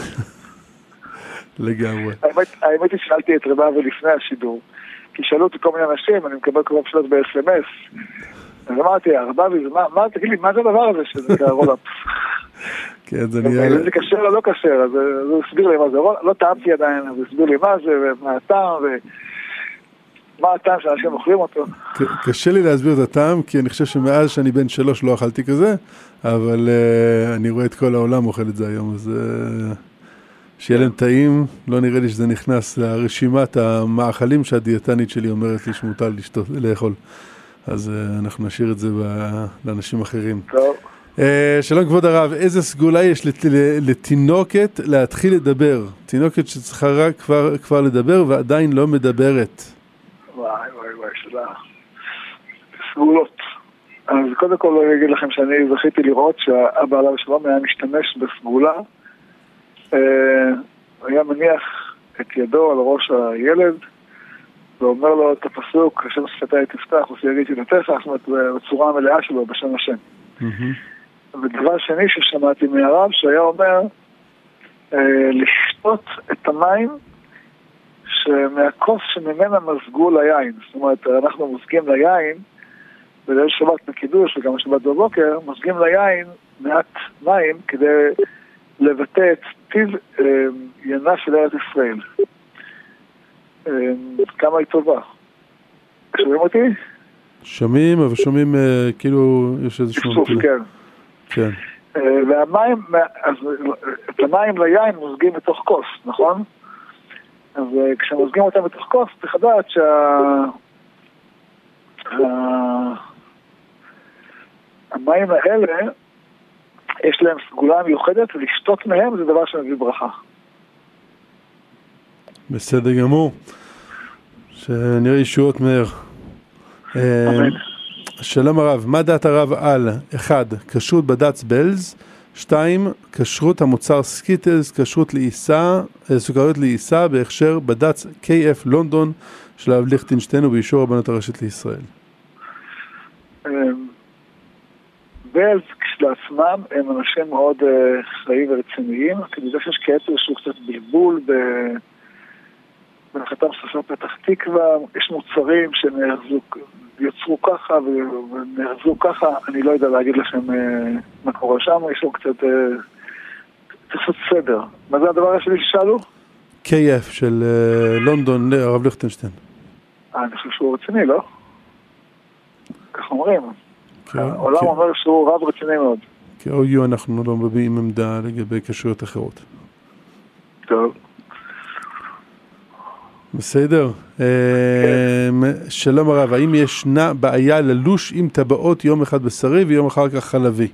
לגמרי. האמת היא שאלתי את רבה ולפני השידור, כי שאלו אותי כל מיני אנשים, אני מקבל כל מיני שאלות ב-אס אם אס, אז אמרתי, רבה, מה, תגיד לי, מה זה הדבר הזה שזה נקרא רולאפ? כן, זה נראה... זה קשר או לא קשר, אז הוא הסביר לי מה זה, לא טעמתי עדיין, אז הוא הסביר לי מה זה, ומה הטעם, ומה הטעם שאנשים אוכלים אותו. קשה לי להסביר את הטעם, כי אני חושב שמאז שאני בן שלוש לא אכלתי כזה, אבל אני רואה את כל העולם אוכל את זה היום, אז... שיהיה להם טעים, לא נראה לי שזה נכנס לרשימת המאכלים שהדיאטנית שלי אומרת לי שמותר לשתות, לאכול. אז uh, אנחנו נשאיר את זה ב- לאנשים אחרים. טוב. Uh, שלום כבוד הרב, איזה סגולה יש לת- לתינוקת להתחיל לדבר? תינוקת שצריכה כבר, כבר לדבר ועדיין לא מדברת. וואי וואי וואי, שאלה. סגולות. אז קודם כל אני אגיד לכם שאני זכיתי לראות שהאבא עליו שלום היה משתמש בסגולה. היה מניח את ידו על ראש הילד ואומר לו את הפסוק השם שפתיי תפתח ושארית תהילתך, זאת אומרת בצורה המלאה שלו בשם השם. ודבר שני ששמעתי מהרב שהיה אומר לשתות את המים שמהכוס שממנה מזגו ליין, זאת אומרת אנחנו מוזגים ליין בליל שבת בקידוש וגם בשבת בבוקר מוזגים ליין מעט מים כדי לבטא את טיב ינה של ארץ ישראל. כמה היא טובה. שומעים אותי? שומעים, אבל שומעים כאילו יש איזשהו... איסוף, כן. כן. והמים, אז את המים ליין מוזגים בתוך כוס, נכון? אז כשמוזגים אותם בתוך כוס, צריך לדעת שה... המים האלה, יש להם סגולה מיוחדת, ולשתות מהם זה דבר שמביא ברכה. בסדר גמור. שנראה ישועות מהר. אמן. שלום הרב, מה דעת הרב על אחד, כשרות בד"ץ בלז, שתיים, כשרות המוצר סקיטלס, כשרות לעיסה, סוכריות לעיסה בהכשר בד"ץ קיי אף לונדון של הרב ליכטנשטיין ובאישור רבנות הראשית לישראל? בלז כשלעצמם הם אנשים מאוד חיים ורציניים, כדי זה שיש כעת איזשהו קצת בלבול בנחתם ספר פתח תקווה, יש מוצרים שיוצרו ככה ונארזו ככה, אני לא יודע להגיד לכם מה קורה שם, יש לו קצת תעשות סדר. מה זה הדבר השני ששאלו? קיי אף של לונדון, הרב ליכטנשטיין. אה, אני חושב שהוא רציני, לא? כך אומרים. העולם אומר שהוא רב רציני מאוד. כאו יו אנחנו לא מביעים עמדה לגבי כשרויות אחרות. טוב. בסדר. שלום הרב, האם ישנה בעיה ללוש עם טבעות יום אחד בשרי ויום אחר כך חלבי?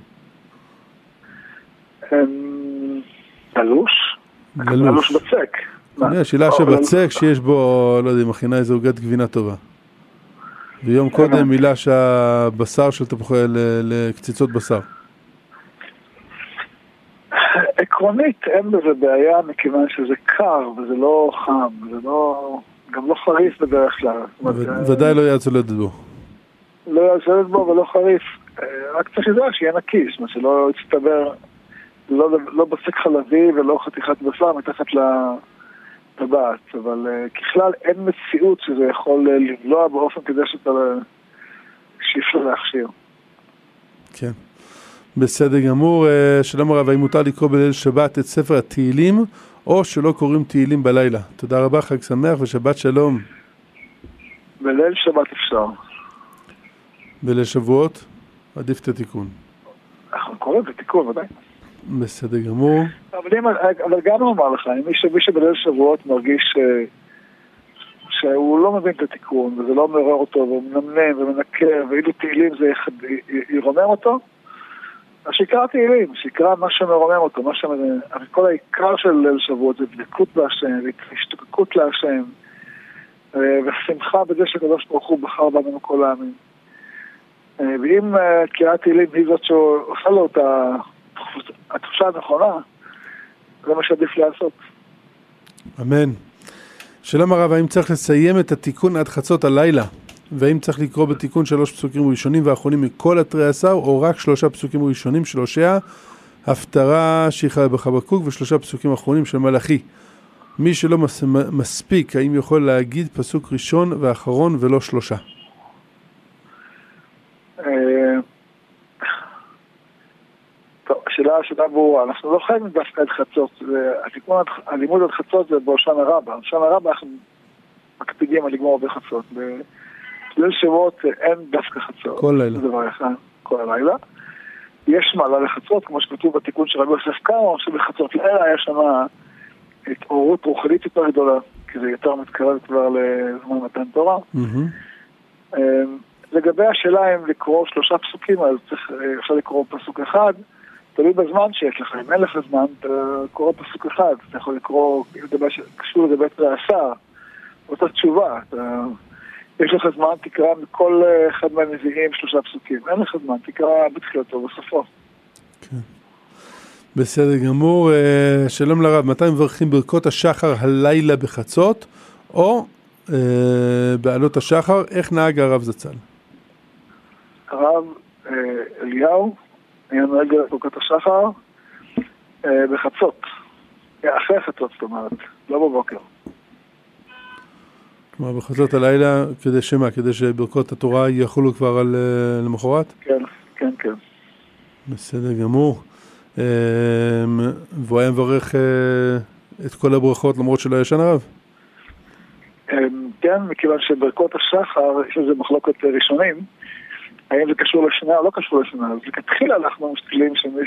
ללוש? ללוש בצק. שאלה שבצק שיש בו, לא יודע, מכינה איזו עוגת גבינה טובה. ויום קודם מילה שהבשר של תפוחי לקציצות בשר. עקרונית אין בזה בעיה מכיוון שזה קר וזה לא חם, זה לא, גם לא חריף בדרך כלל. ודאי לא יעצו לדעת בו. לא יעצו לדעת בו ולא חריף. רק צריך לדעת שיהיה נקי, זאת אומרת שלא יצטבר, לא בצק חלבי ולא חתיכת בשר מתחת לטבעת. אבל ככלל אין מציאות שזה יכול לבלוע באופן כדי שאתה שאפשר להכשיר. כן. בסדר גמור. שלום הרב, האם מותר לקרוא בליל שבת את ספר התהילים או שלא קוראים תהילים בלילה? תודה רבה, חג שמח ושבת שלום. בליל שבת אפשר. בליל שבועות? עדיף את התיקון. אנחנו קוראים את התיקון, ודאי. בסדר גמור. אבל, אם, אבל גם הוא אמר לך, מי, ש, מי שבליל שבועות מרגיש ש, שהוא לא מבין את התיקון וזה לא מעורר אותו ומנמנם ומנקר ואילו תהילים זה ירומם אותו, אז שיקרא תהילים, שיקרא מה שמרומם אותו, מה שמרומם. אבל כל העיקר של ליל שבועות זה דבקות בהשם, והשתוקקות להשם, ושמחה בזה שקדוש ברוך הוא בחר בנו כל העמים. ואם קריאת תהילים היא זאת שעושה לו את התחושה הנכונה, זה מה שעדיף לעשות. אמן. שלום הרב, האם צריך לסיים את התיקון עד חצות הלילה? והאם צריך לקרוא בתיקון שלוש פסוקים ראשונים ואחרונים מכל התרי עשר, או רק שלושה פסוקים ראשונים של הושע, הפטרה שיחה בחבקוק ושלושה פסוקים אחרונים של מלאכי? מי שלא מס, מספיק, האם יכול להגיד פסוק ראשון ואחרון ולא שלושה? טוב, השאלה השאלה ברורה, אנחנו לא חייבים דווקא עד חצות, התיקון, הלימוד עד חצות זה בהושענא רבה, בהושענא רבה אנחנו מקפידים על לגמור בחצות, בליל שבועות אין דווקא חצות. כל לילה. זה דבר אחד, כל הלילה. יש מעלה לחצות, כמו שכתוב בתיקון של רבי יוסף קארו, שבחצות לילה יש שם התעוררות רוחנית יותר גדולה, כי זה יותר מתקרב כבר לזמן מתן תורה. Mm-hmm. לגבי השאלה אם לקרוא שלושה פסוקים, אז צריך, אפשר לקרוא פסוק אחד, תלוי בזמן שיש לך, אם אין לך זמן, אתה קורא פסוק אחד, אתה יכול לקרוא, קשור לגבי תרי עשר, אותה תשובה, אתה... יש לך זמן, תקרא מכל אחד מהנביאים שלושה פסוקים. אין לך זמן, תקרא בתחילתו בסופו. כן. בסדר גמור. שלום לרב, מתי מברכים ברכות השחר הלילה בחצות, או בעלות השחר? איך נהג הרב זצ"ל? הרב אליהו היה נהג ברכות השחר בחצות. אחרי חצות, זאת אומרת, לא בבוקר. כלומר, בחצות הלילה, כדי שמה? כדי שברכות התורה יחולו כבר על למחרת? כן, כן, כן. בסדר גמור. והוא היה מברך את כל הברכות למרות שלא ישן הרב? כן, מכיוון שברכות השחר, יש לזה מחלוקת ראשונים, האם זה קשור לשנה או לא קשור לשנה, אז לכתחילה אנחנו משתדלים שמי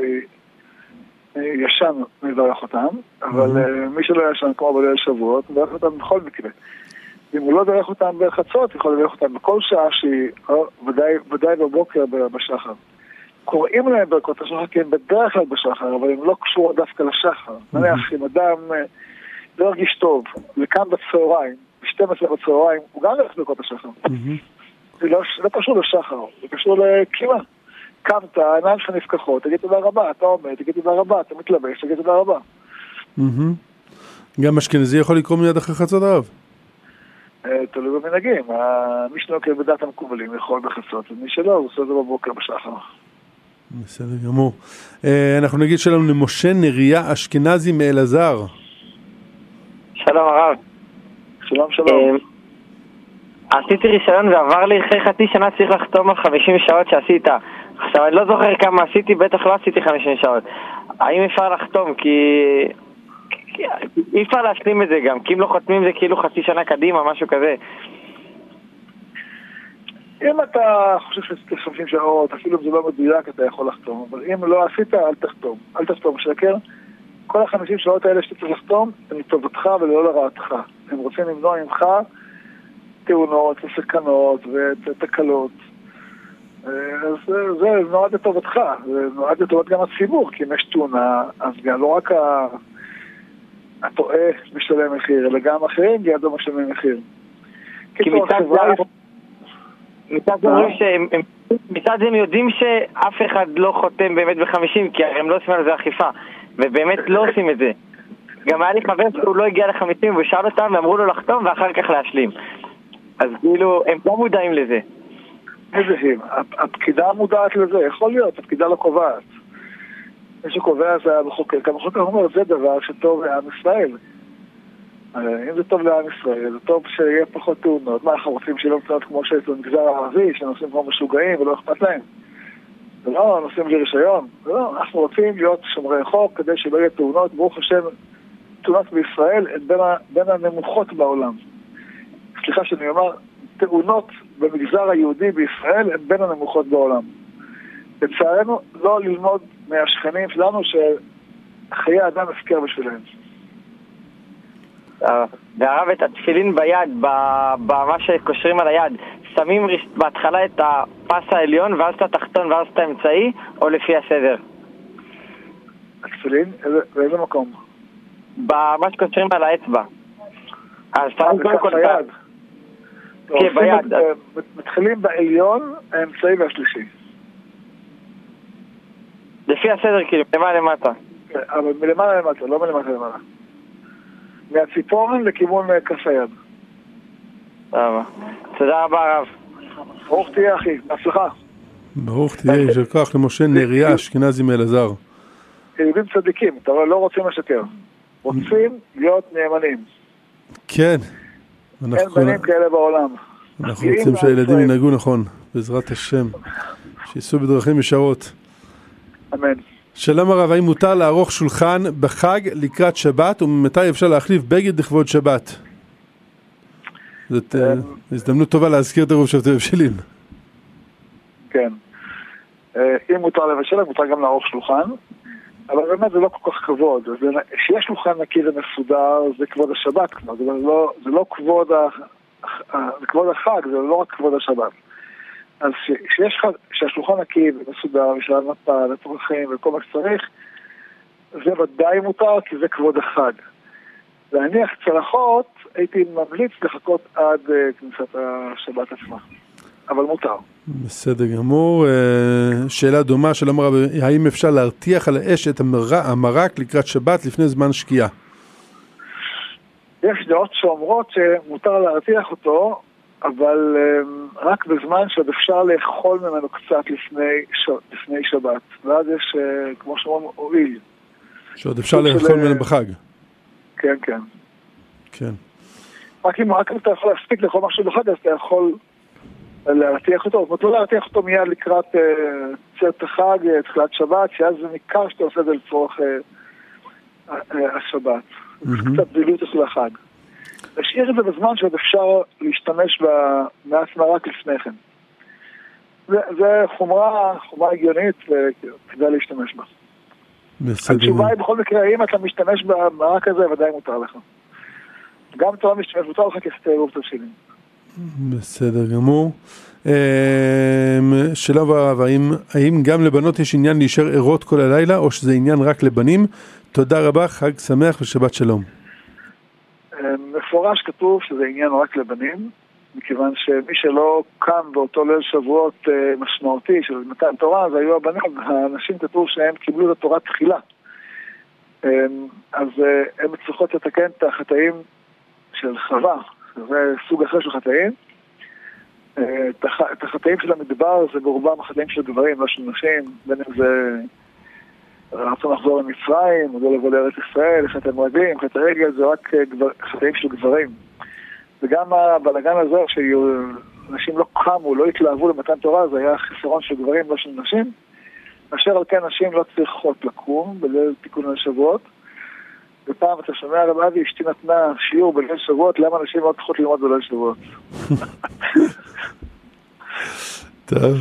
שישן מברך אותם, אבל מי שלא ישן כמו בליל שבועות, מברך אותם בכל מקרה. אם הוא לא דרך אותם בחצות, יכול לברך אותם בכל שעה שהיא, ודאי, ודאי בבוקר בשחר. קוראים להם ברכות השחר כי הם בדרך כלל בשחר, אבל הם לא קשורות דווקא לשחר. נניח, אם אדם לא הרגיש טוב, וקם בצהריים, ב-שתים עשרה בצהריים, הוא גם הולך ברכות השחר. זה לא קשור לשחר, זה קשור לקימה. קמת, העיניים שלך נפקחות, תגיד תודה רבה, אתה עומד, תגיד תודה רבה, אתה מתלבש, תגיד תודה רבה. גם אשכנזי יכול לקרוא מיד אחרי חצות ערב? תלוי במנהגים, מי שנוקט בדעת המקובלים יכול בחצות, ומי שלא, הוא עושה את זה בבוקר בשחר. בסדר גמור. אנחנו נגיד שלום למשה נריה אשכנזי מאלעזר. שלום הרב. שלום שלום. עשיתי רישיון ועבר לי אחרי חצי שנה צריך לחתום על חמישים שעות שעשית. עכשיו אני לא זוכר כמה עשיתי, בטח לא עשיתי חמישים שעות. האם אפשר לחתום? כי אי אפשר להשלים את זה גם, כי אם לא חותמים זה כאילו חצי שנה קדימה, משהו כזה. אם אתה חושב שעשיתי חמישים שעות, אפילו אם זה לא מדויק, אתה יכול לחתום. אבל אם לא עשית, אל תחתום. אל תחתום, שקר. כל החמישים שעות האלה שאתה צריך לחתום, הם לטובתך ולא לרעתך. הם רוצים למנוע ממך תאונות וסכנות ותקלות. אז זה נועד לטובתך, זה נועד לטובת גם הציבור, כי אם יש תאונה, אז גם לא רק הטועה משלם מחיר, אלא גם אחרים בידו משלמים מחיר. כי מצד זה הם יודעים שאף אחד לא חותם באמת בחמישים, כי הם לא עושים על זה אכיפה, ובאמת לא עושים את זה. גם היה לי חבר שהוא לא הגיע לחמישים, והוא שאל אותם ואמרו לו לחתום ואחר כך להשלים. אז כאילו, הם לא מודעים לזה. איזה הם? הפקידה מודעת לזה, יכול להיות, הפקידה לא קובעת. מי שקובע זה המחוקק. המחוקק אומר, זה דבר שטוב לעם ישראל. אם זה טוב לעם ישראל, זה טוב שיהיה פחות תאונות. מה, אנחנו רוצים שלא מצאות כמו שיש במגזר הערבי, שנוסעים כמו משוגעים ולא אכפת להם? זה לא, נוסעים בלי רישיון. זה לא, אנחנו רוצים להיות שומרי חוק כדי שלא יהיה תאונות. ברוך השם, תאונות בישראל הן בין, בין הנמוכות בעולם. סליחה שאני אומר, תאונות במגזר היהודי בישראל הן בין הנמוכות בעולם. לצערנו, לא ללמוד מהשכנים שלנו שחיי אדם הפקר בשבילם. והרב, את התפילין ביד, במה שקושרים על היד, שמים בהתחלה את הפס העליון ואז את התחתון ואז את האמצעי, או לפי הסדר? התפילין? באיזה מקום? במה שקושרים על האצבע. אז שמים קודם כל ביד. כן, ביד. מתחילים בעליון, האמצעי והשלישי. לפי הסדר, כאילו, מלמעלה למטה. אבל מלמעלה למטה, לא מלמטה למעלה. מהציפורן לכיוון כף היד. תודה. תודה רבה, הרב. ברוך תהיה, אחי. בהצלחה. ברוך תהיה, יישר כוח למשה נריה אשכנזי מאלעזר. יהודים צדיקים, אתה לא רוצים לשקר. רוצים להיות נאמנים. כן. אין בנים כאלה בעולם. אנחנו רוצים שהילדים ינהגו נכון, בעזרת השם. שיסעו בדרכים ישרות. אמן. שלום הרב, האם מותר לערוך שולחן בחג לקראת שבת, ומתי אפשר להחליף בגד לכבוד שבת? זאת הזדמנות טובה להזכיר את הרוב שבתי מבשלים. כן. אם מותר לבשל, מותר גם לערוך שולחן, אבל באמת זה לא כל כך כבוד. כשיש שולחן נקי ומסודר, זה כבוד השבת כבר. זה לא כבוד החג, זה לא רק כבוד השבת. אז כשיש שהשולחן נקי ומסודר, יש לה מפה, לפרחים וכל מה שצריך, זה ודאי מותר, כי זה כבוד החג. להניח צלחות, הייתי ממליץ לחכות עד כניסת השבת עצמה. אבל מותר. בסדר גמור. שאלה דומה של אמרה, האם אפשר להרתיח על האש את המרק לקראת שבת לפני זמן שקיעה? יש דעות שאומרות שמותר להרתיח אותו, אבל um, רק בזמן שעוד אפשר לאכול ממנו קצת לפני, ש... לפני שבת. ואז יש, uh, כמו שאומרים, אויל. שעוד אפשר לאכול של... ממנו בחג. כן, כן. כן. רק אם, רק אם אתה יכול להספיק לאכול משהו בחג, אז אתה יכול להרתיח אותו. זאת אומרת, לא להרתיח אותו מיד לקראת uh, צאת החג, תחילת שבת, שאז זה ניכר שאתה עושה את זה לצורך uh, uh, השבת. Mm-hmm. זה קצת בילוי של החג. להשאיר את זה בזמן שעוד אפשר להשתמש במעט מרק לפני כן. זה, זה חומרה, חומרה הגיונית, וכדאי להשתמש בה. התשובה היא בכל מקרה, אם אתה משתמש במרק הזה, ודאי מותר לך. גם אתה לא משתמש, מותר לך כסתי עירוב תבשילים. בסדר גמור. שאלה ברב, האם, האם גם לבנות יש עניין להישאר ערות כל הלילה, או שזה עניין רק לבנים? תודה רבה, חג שמח ושבת שלום. מפורש כתוב שזה עניין רק לבנים, מכיוון שמי שלא קם באותו ליל שבועות משמעותי של מתן תורה, זה היו הבנים. האנשים כתוב שהם קיבלו את התורה תחילה. אז הם צריכות לתקן את החטאים של חווה, זה סוג אחר של חטאים. את החטאים של המדבר זה ברובם החטאים של גברים, לא של נשים, בין אם זה רצון לחזור למצרים, או לא לבוא לארץ ישראל, חטא מרגלים, חטא רגל, זה רק חטאים של גברים. וגם הבלגן הזה שאנשים לא קמו, לא התלהבו למתן תורה, זה היה חיסרון של גברים, לא של נשים. אשר על כן נשים לא צריכות לקום בליל תיקון השבועות. ופעם אתה שומע רב אבי, אשתי נתנה שיעור בליל שבועות, למה נשים לא צריכות ללמוד בליל שבועות? טוב.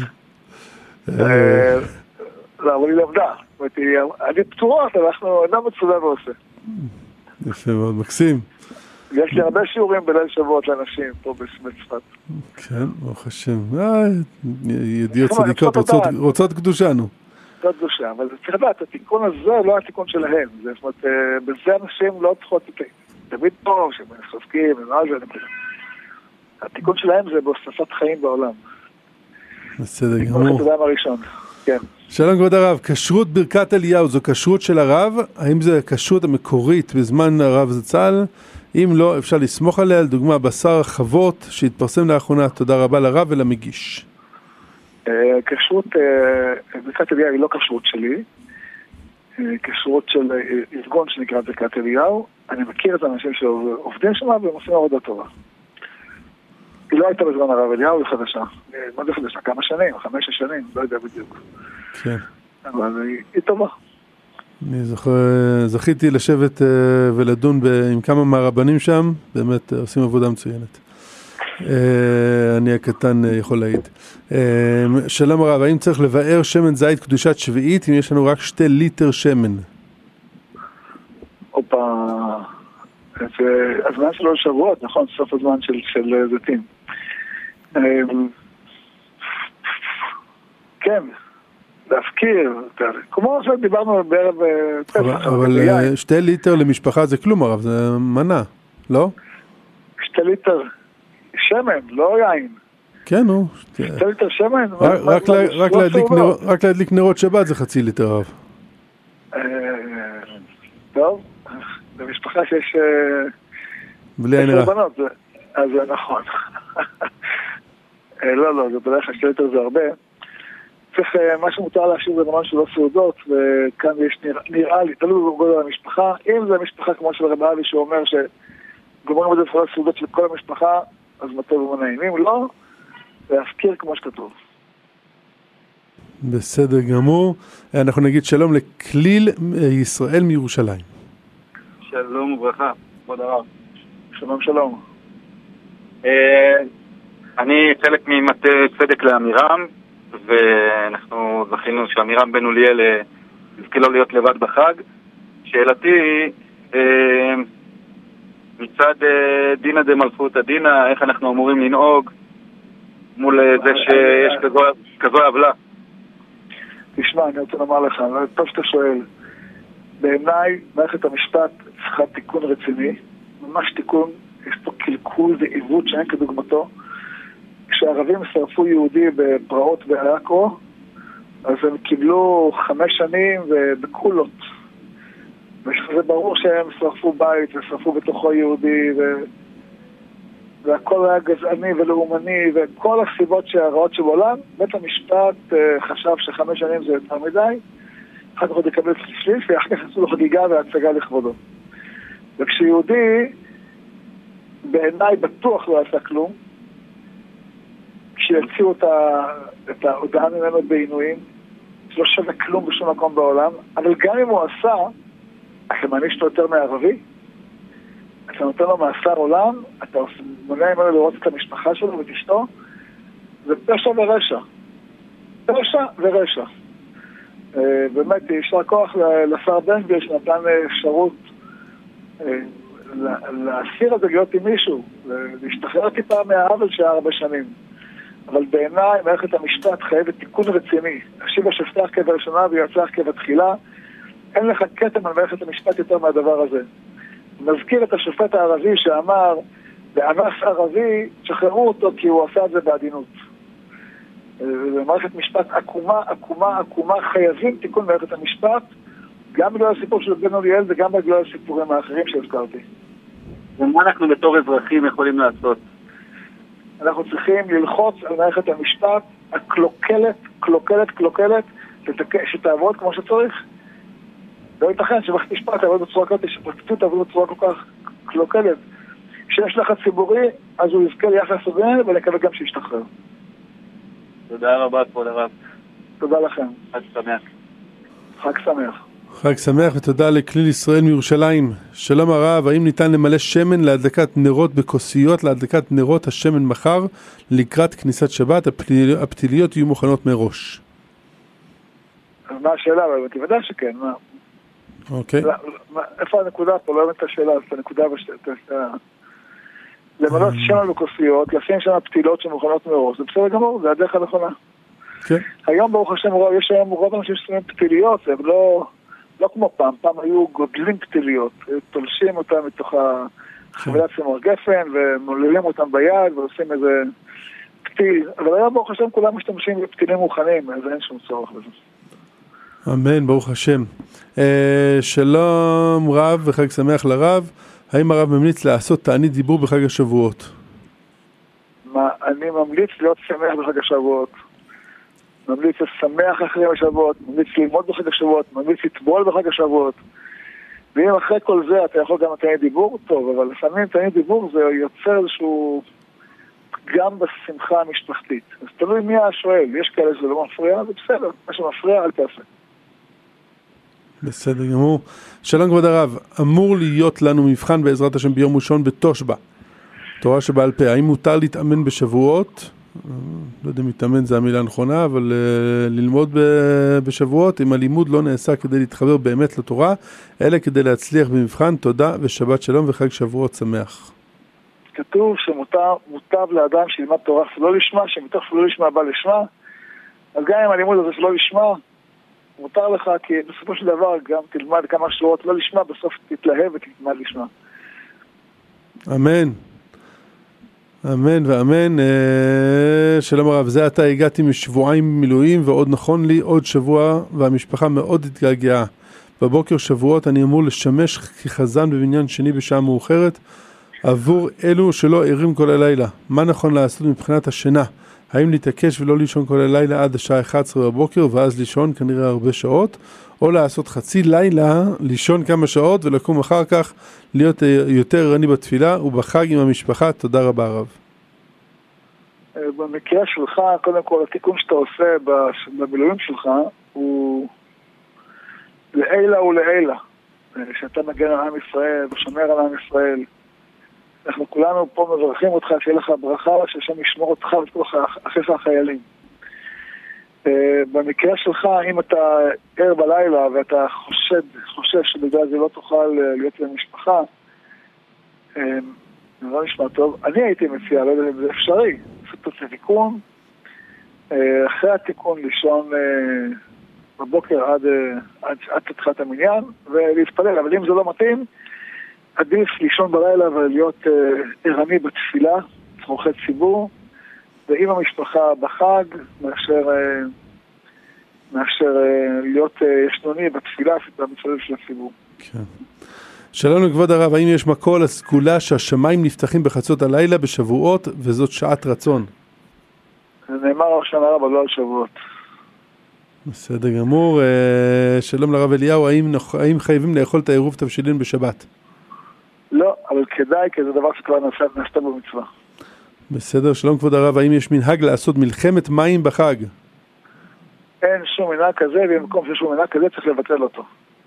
לא, אבל היא למדה. אני פצורות, אנחנו אדם מצודה ועושה. יפה מאוד, מקסים. יש לי הרבה שיעורים בליל שבועות לאנשים פה בצפת. כן, ברוך השם. ידיעות צדיקות רוצות קדושה, נו. רוצות קדושה, אבל צריך לדעת, התיקון הזה לא התיקון שלהם. זאת אומרת, בזה אנשים לא צריכות תמיד טוב, שהם חזקים, ומה זה, התיקון שלהם זה בהוספת חיים בעולם. בסדר גמור. זה הראשון, כן. שלום כבוד הרב, כשרות ברכת אליהו זו כשרות של הרב? האם זו כשרות המקורית בזמן הרב זצ"ל? אם לא, אפשר לסמוך עליה, לדוגמה בשר חוות שהתפרסם לאחרונה. תודה רבה לרב ולמגיש. כשרות ברכת אליהו היא לא כשרות שלי, כשרות של ארגון שנקרא ברכת אליהו. אני מכיר את האנשים שעובדים שם והם עושים עבודה טובה. היא לא הייתה בזמן הרב אליהו, היא חדשה. מה זה חדשה? כמה שנים? חמש שנים? לא יודע בדיוק. כן. אבל היא טובה. אני זוכר, זכיתי לשבת ולדון עם כמה מהרבנים שם, באמת עושים עבודה מצוינת. אני הקטן יכול להעיד. שלום הרב, האם צריך לבאר שמן זית קדושת שביעית אם יש לנו רק שתי ליטר שמן? אופה, זה הזמן שלו שבועות, נכון? סוף הזמן של, של זיתים. כן, להפקיר, כמו שדיברנו בערב פסח. אבל שתי ליטר למשפחה זה כלום הרב, זה מנה, לא? שתי ליטר שמן, לא יין. כן, נו. שתי ליטר שמן? רק להדליק נרות שבת זה חצי ליטר רב. טוב, במשפחה שיש בלי עין רע. אז זה נכון. לא, לא, זה בדרך כלל שתי ליטר זה הרבה. צריך, מה שמותר להשאיר זה ממש שלא סעודות, וכאן יש נראה לי, תלוי בגודל המשפחה. אם זה משפחה כמו של רב אבי שאומר שגומרים את זה לפעול סעודות של כל המשפחה, אז מטוב ומנעים. אם לא, להזכיר כמו שכתוב. בסדר גמור. אנחנו נגיד שלום לכליל ישראל מירושלים. שלום וברכה, כבוד הרב. שלום שלום. אני חלק ממטה צדק לאמירם, ואנחנו זכינו שאמירם בן אוליאל יזכה לו להיות לבד בחג. שאלתי מצד דינה דמלכות הדינה, איך אנחנו אמורים לנהוג מול זה שיש כזו, כזו עוולה? תשמע, אני רוצה לומר לך, טוב שאתה שואל. בעיניי מערכת המשפט צריכה תיקון רציני, ממש תיקון. יש פה קלקול ועיוות שאין כדוגמתו. כשהערבים שרפו יהודי בפרעות בעכו, אז הם קיבלו חמש שנים ובקולות. וזה ברור שהם שרפו בית ושרפו בתוכו יהודי, ו... והכל היה גזעני ולאומני, וכל הסיבות שהרעות שבעולם, בית המשפט uh, חשב שחמש שנים זה יותר מדי, אחר כך עוד יקבל שליש, ואחר כך עשו לו חגיגה והצגה לכבודו. וכשיהודי, בעיניי בטוח לא עשה כלום, כשיציאו את, ה... את ההודעה ממנו בעינויים, לא שווה כלום בשום מקום בעולם, אבל גם אם הוא עשה, אתה מעניש לו יותר מערבי, אתה נותן לו מאסר עולם, אתה מונע ממנו לראות את המשפחה שלו ואת אשתו, זה פשע ורשע. פשע ורשע. באמת, ישר כוח לשר בן גביר שנתן אפשרות להסיר את זה להיות עם מישהו, להשתחרר טיפה מהעוול שהיה הרבה שנים. אבל בעיניי מערכת המשפט חייבת תיקון רציני. השיבה שפתח כבראשונה ויצח כבתחילה. אין לך כתם על מערכת המשפט יותר מהדבר הזה. נזכיר את השופט הערבי שאמר, באנס ערבי, שחררו אותו כי הוא עשה את זה בעדינות. מערכת משפט עקומה, עקומה, עקומה, חייבים תיקון מערכת המשפט, גם בגלל הסיפור של בן אוליאל וגם בגלל הסיפורים האחרים שהזכרתי. ומה אנחנו בתור אזרחים יכולים לעשות? אנחנו צריכים ללחוץ על מערכת המשפט הקלוקלת, קלוקלת, קלוקלת, שתעבוד כמו שצריך. לא ייתכן שמערכת משפט תעבוד בצורה כזאת, שפרקליטות תעבוד בצורה כל כך קלוקלת. כשיש לחץ ציבורי, אז הוא יזכה ליחס הוגן, ולקווה גם שישתחרר. תודה רבה, כבוד הרב. תודה לכם. חג שמח. חג שמח. חג שמח ותודה לכליל ישראל מירושלים. שלום הרב, האם ניתן למלא שמן להדלקת נרות בכוסיות, להדלקת נרות השמן מחר, לקראת כניסת שבת, הפתיל, הפתיליות יהיו מוכנות מראש? מה השאלה? אבל תוודא שכן, מה? אוקיי. איפה הנקודה פה? לא באמת השאלה, אז את הנקודה בשתת. למלא שמן בכוסיות, לשים שם פתילות שמוכנות מראש, זה בסדר גמור, זה הדרך הנכונה. כן. היום ברוך השם, יש היום רוב אנשים ששמים פתיליות, זה לא... לא כמו פעם, פעם היו גודלים פתיליות, תולשים אותם מתוך החבילת צמר גפן ומוללים אותם ביד ועושים איזה פתיל, אבל היום ברוך השם כולם משתמשים בפתילים מוכנים, אז אין שום צורך בזה. אמן, ברוך השם. אה, שלום רב וחג שמח לרב, האם הרב ממליץ לעשות תענית דיבור בחג השבועות? מה, אני ממליץ להיות שמח בחג השבועות. ממליץ לשמח אחרי השבועות, ממליץ ללמוד בחג השבועות, ממליץ לטבול בחג השבועות. ואם אחרי כל זה אתה יכול גם לתענית דיבור, טוב, אבל לפעמים תענית דיבור זה יוצר איזשהו פגם בשמחה המשפחתית. אז תלוי מי השואל, יש כאלה שזה לא מפריע, זה בסדר, מה שמפריע אל תעשה. בסדר גמור. שלום כבוד הרב, אמור להיות לנו מבחן בעזרת השם ביום ראשון בתושבע, תורה שבעל פה, האם מותר להתאמן בשבועות? לא יודע אם להתאמן זה המילה הנכונה, אבל uh, ללמוד ב- בשבועות, אם הלימוד לא נעשה כדי להתחבר באמת לתורה, אלא כדי להצליח במבחן. תודה ושבת שלום וחג שבועות שמח. כתוב שמוטב לאדם שילמד תורה שלא לשמה, שמתוך שלא לשמה בא לשמה, אז גם אם הלימוד הזה שלא לשמה, מותר לך, כי בסופו של דבר גם תלמד כמה שורות לא לשמה, בסוף תתלהב ותלמד לשמה. אמן. אמן ואמן. שלום הרב, זה עתה הגעתי משבועיים מילואים ועוד נכון לי עוד שבוע והמשפחה מאוד התגעגעה. בבוקר שבועות אני אמור לשמש כחזן בבניין שני בשעה מאוחרת עבור אלו שלא ערים כל הלילה. מה נכון לעשות מבחינת השינה? האם להתעקש ולא לישון כל הלילה עד השעה אחת עשרה בבוקר ואז לישון כנראה הרבה שעות, או לעשות חצי לילה, לישון כמה שעות ולקום אחר כך להיות יותר ערני בתפילה ובחג עם המשפחה? תודה רבה הרב. במקרה שלך, קודם כל התיקון שאתה עושה במילואים שלך הוא לעילה ולעילה, שאתה מגן על עם ישראל ושומר על עם ישראל. אנחנו כולנו פה מברכים אותך, שיהיה לך ברכה, שהשם ישמור אותך ואת כל אחיך החיילים. במקרה שלך, אם אתה ער בלילה ואתה חושד, חושש שבגלל זה לא תוכל להיות במשפחה, זה לא נשמע טוב. אני הייתי מציע, לא יודע אם זה אפשרי, לעשות את התיקון, אחרי התיקון לישון בבוקר עד, עד, עד תתחילת המניין ולהתפלל, אבל אם זה לא מתאים, עדיף לישון בלילה ולהיות ערני בתפילה, צורכי ציבור, ועם המשפחה בחג, מאשר, מאשר להיות ישנוני בתפילה במצבים של הציבור. כן. שלום לכבוד הרב, האם יש מקור לסגולה שהשמיים נפתחים בחצות הלילה בשבועות וזאת שעת רצון? נאמר על שנה רבה, לא על שבועות. בסדר גמור. שלום לרב אליהו, האם, האם חייבים לאכול את העירוב תבשילין בשבת? לא, אבל כדאי, כי זה דבר שכבר נעשתה במצווה. בסדר, שלום כבוד הרב, האם יש מנהג לעשות מלחמת מים בחג? אין שום מנהג כזה, ובמקום שיש שום מנהג כזה צריך לבטל אותו.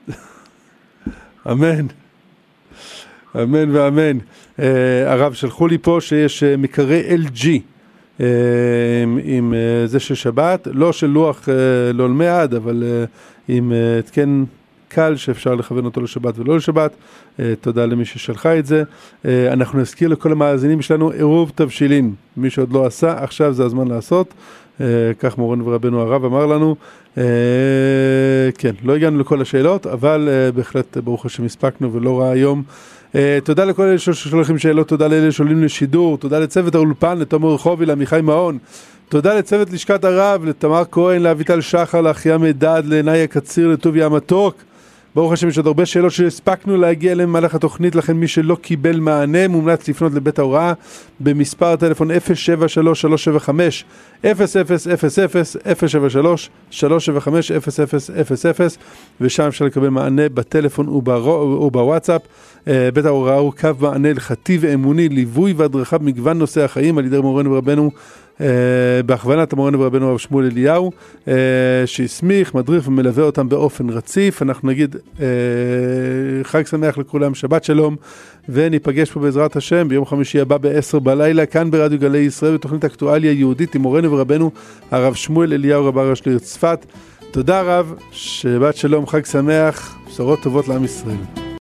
אמן. אמן ואמן. Uh, הרב, שלחו לי פה שיש uh, מקרי אל ג'י uh, עם uh, זה של שבת, לא של לוח uh, לעולמי עד, אבל uh, עם התקן קל שאפשר לכוון אותו לשבת ולא לשבת. תודה למי ששלחה את זה. אנחנו נזכיר לכל המאזינים שלנו עירוב תבשילין. מי שעוד לא עשה, עכשיו זה הזמן לעשות. כך מורנו ורבנו הרב אמר לנו. כן, לא הגענו לכל השאלות, אבל בהחלט ברוך השם הספקנו ולא רע היום. תודה לכל אלה ששולחים שאלות, תודה לאלה שעולים לשידור, תודה לצוות האולפן, לתומר רחובי, לעמיחי מעון. תודה לצוות לשכת הרב, לתמר כהן, לאביטל שחר, לאחיה מדד, לעיני הקציר, לטוביה המתוק. ברוך השם, יש עוד הרבה שאלות שהספקנו להגיע אליהם במהלך התוכנית, לכן מי שלא קיבל מענה, מומלץ לפנות לבית ההוראה במספר הטלפון אפס שבע שלוש שלוש שבע חמש אפס אפס אפס אפס אפס שבע שלוש שלוש שבע חמש אפס אפס אפס אפס, ושם אפשר לקבל מענה בטלפון ובוואטסאפ. בית ההוראה הוא קו מענה הלכתי ואמוני, ליווי והדרכה במגוון נושאי החיים על ידי מורנו ורבנו, בהכוונת מורנו ורבנו הרב שמואל אליהו, שהסמיך, מדריך ומלווה אותם באופן רציף. אנחנו נגיד חג שמח לכולם, שבת שלום, וניפגש פה בעזרת השם ביום חמישי הבא בעשר בלילה, כאן ברדיו גלי ישראל, בתוכנית אקטואליה יהודית עם מורנו ורבנו הרב שמואל אליהו רב הראשי לעיר צפת. תודה רב, שבת שלום, חג שמח, בשורות טובות לעם ישראל.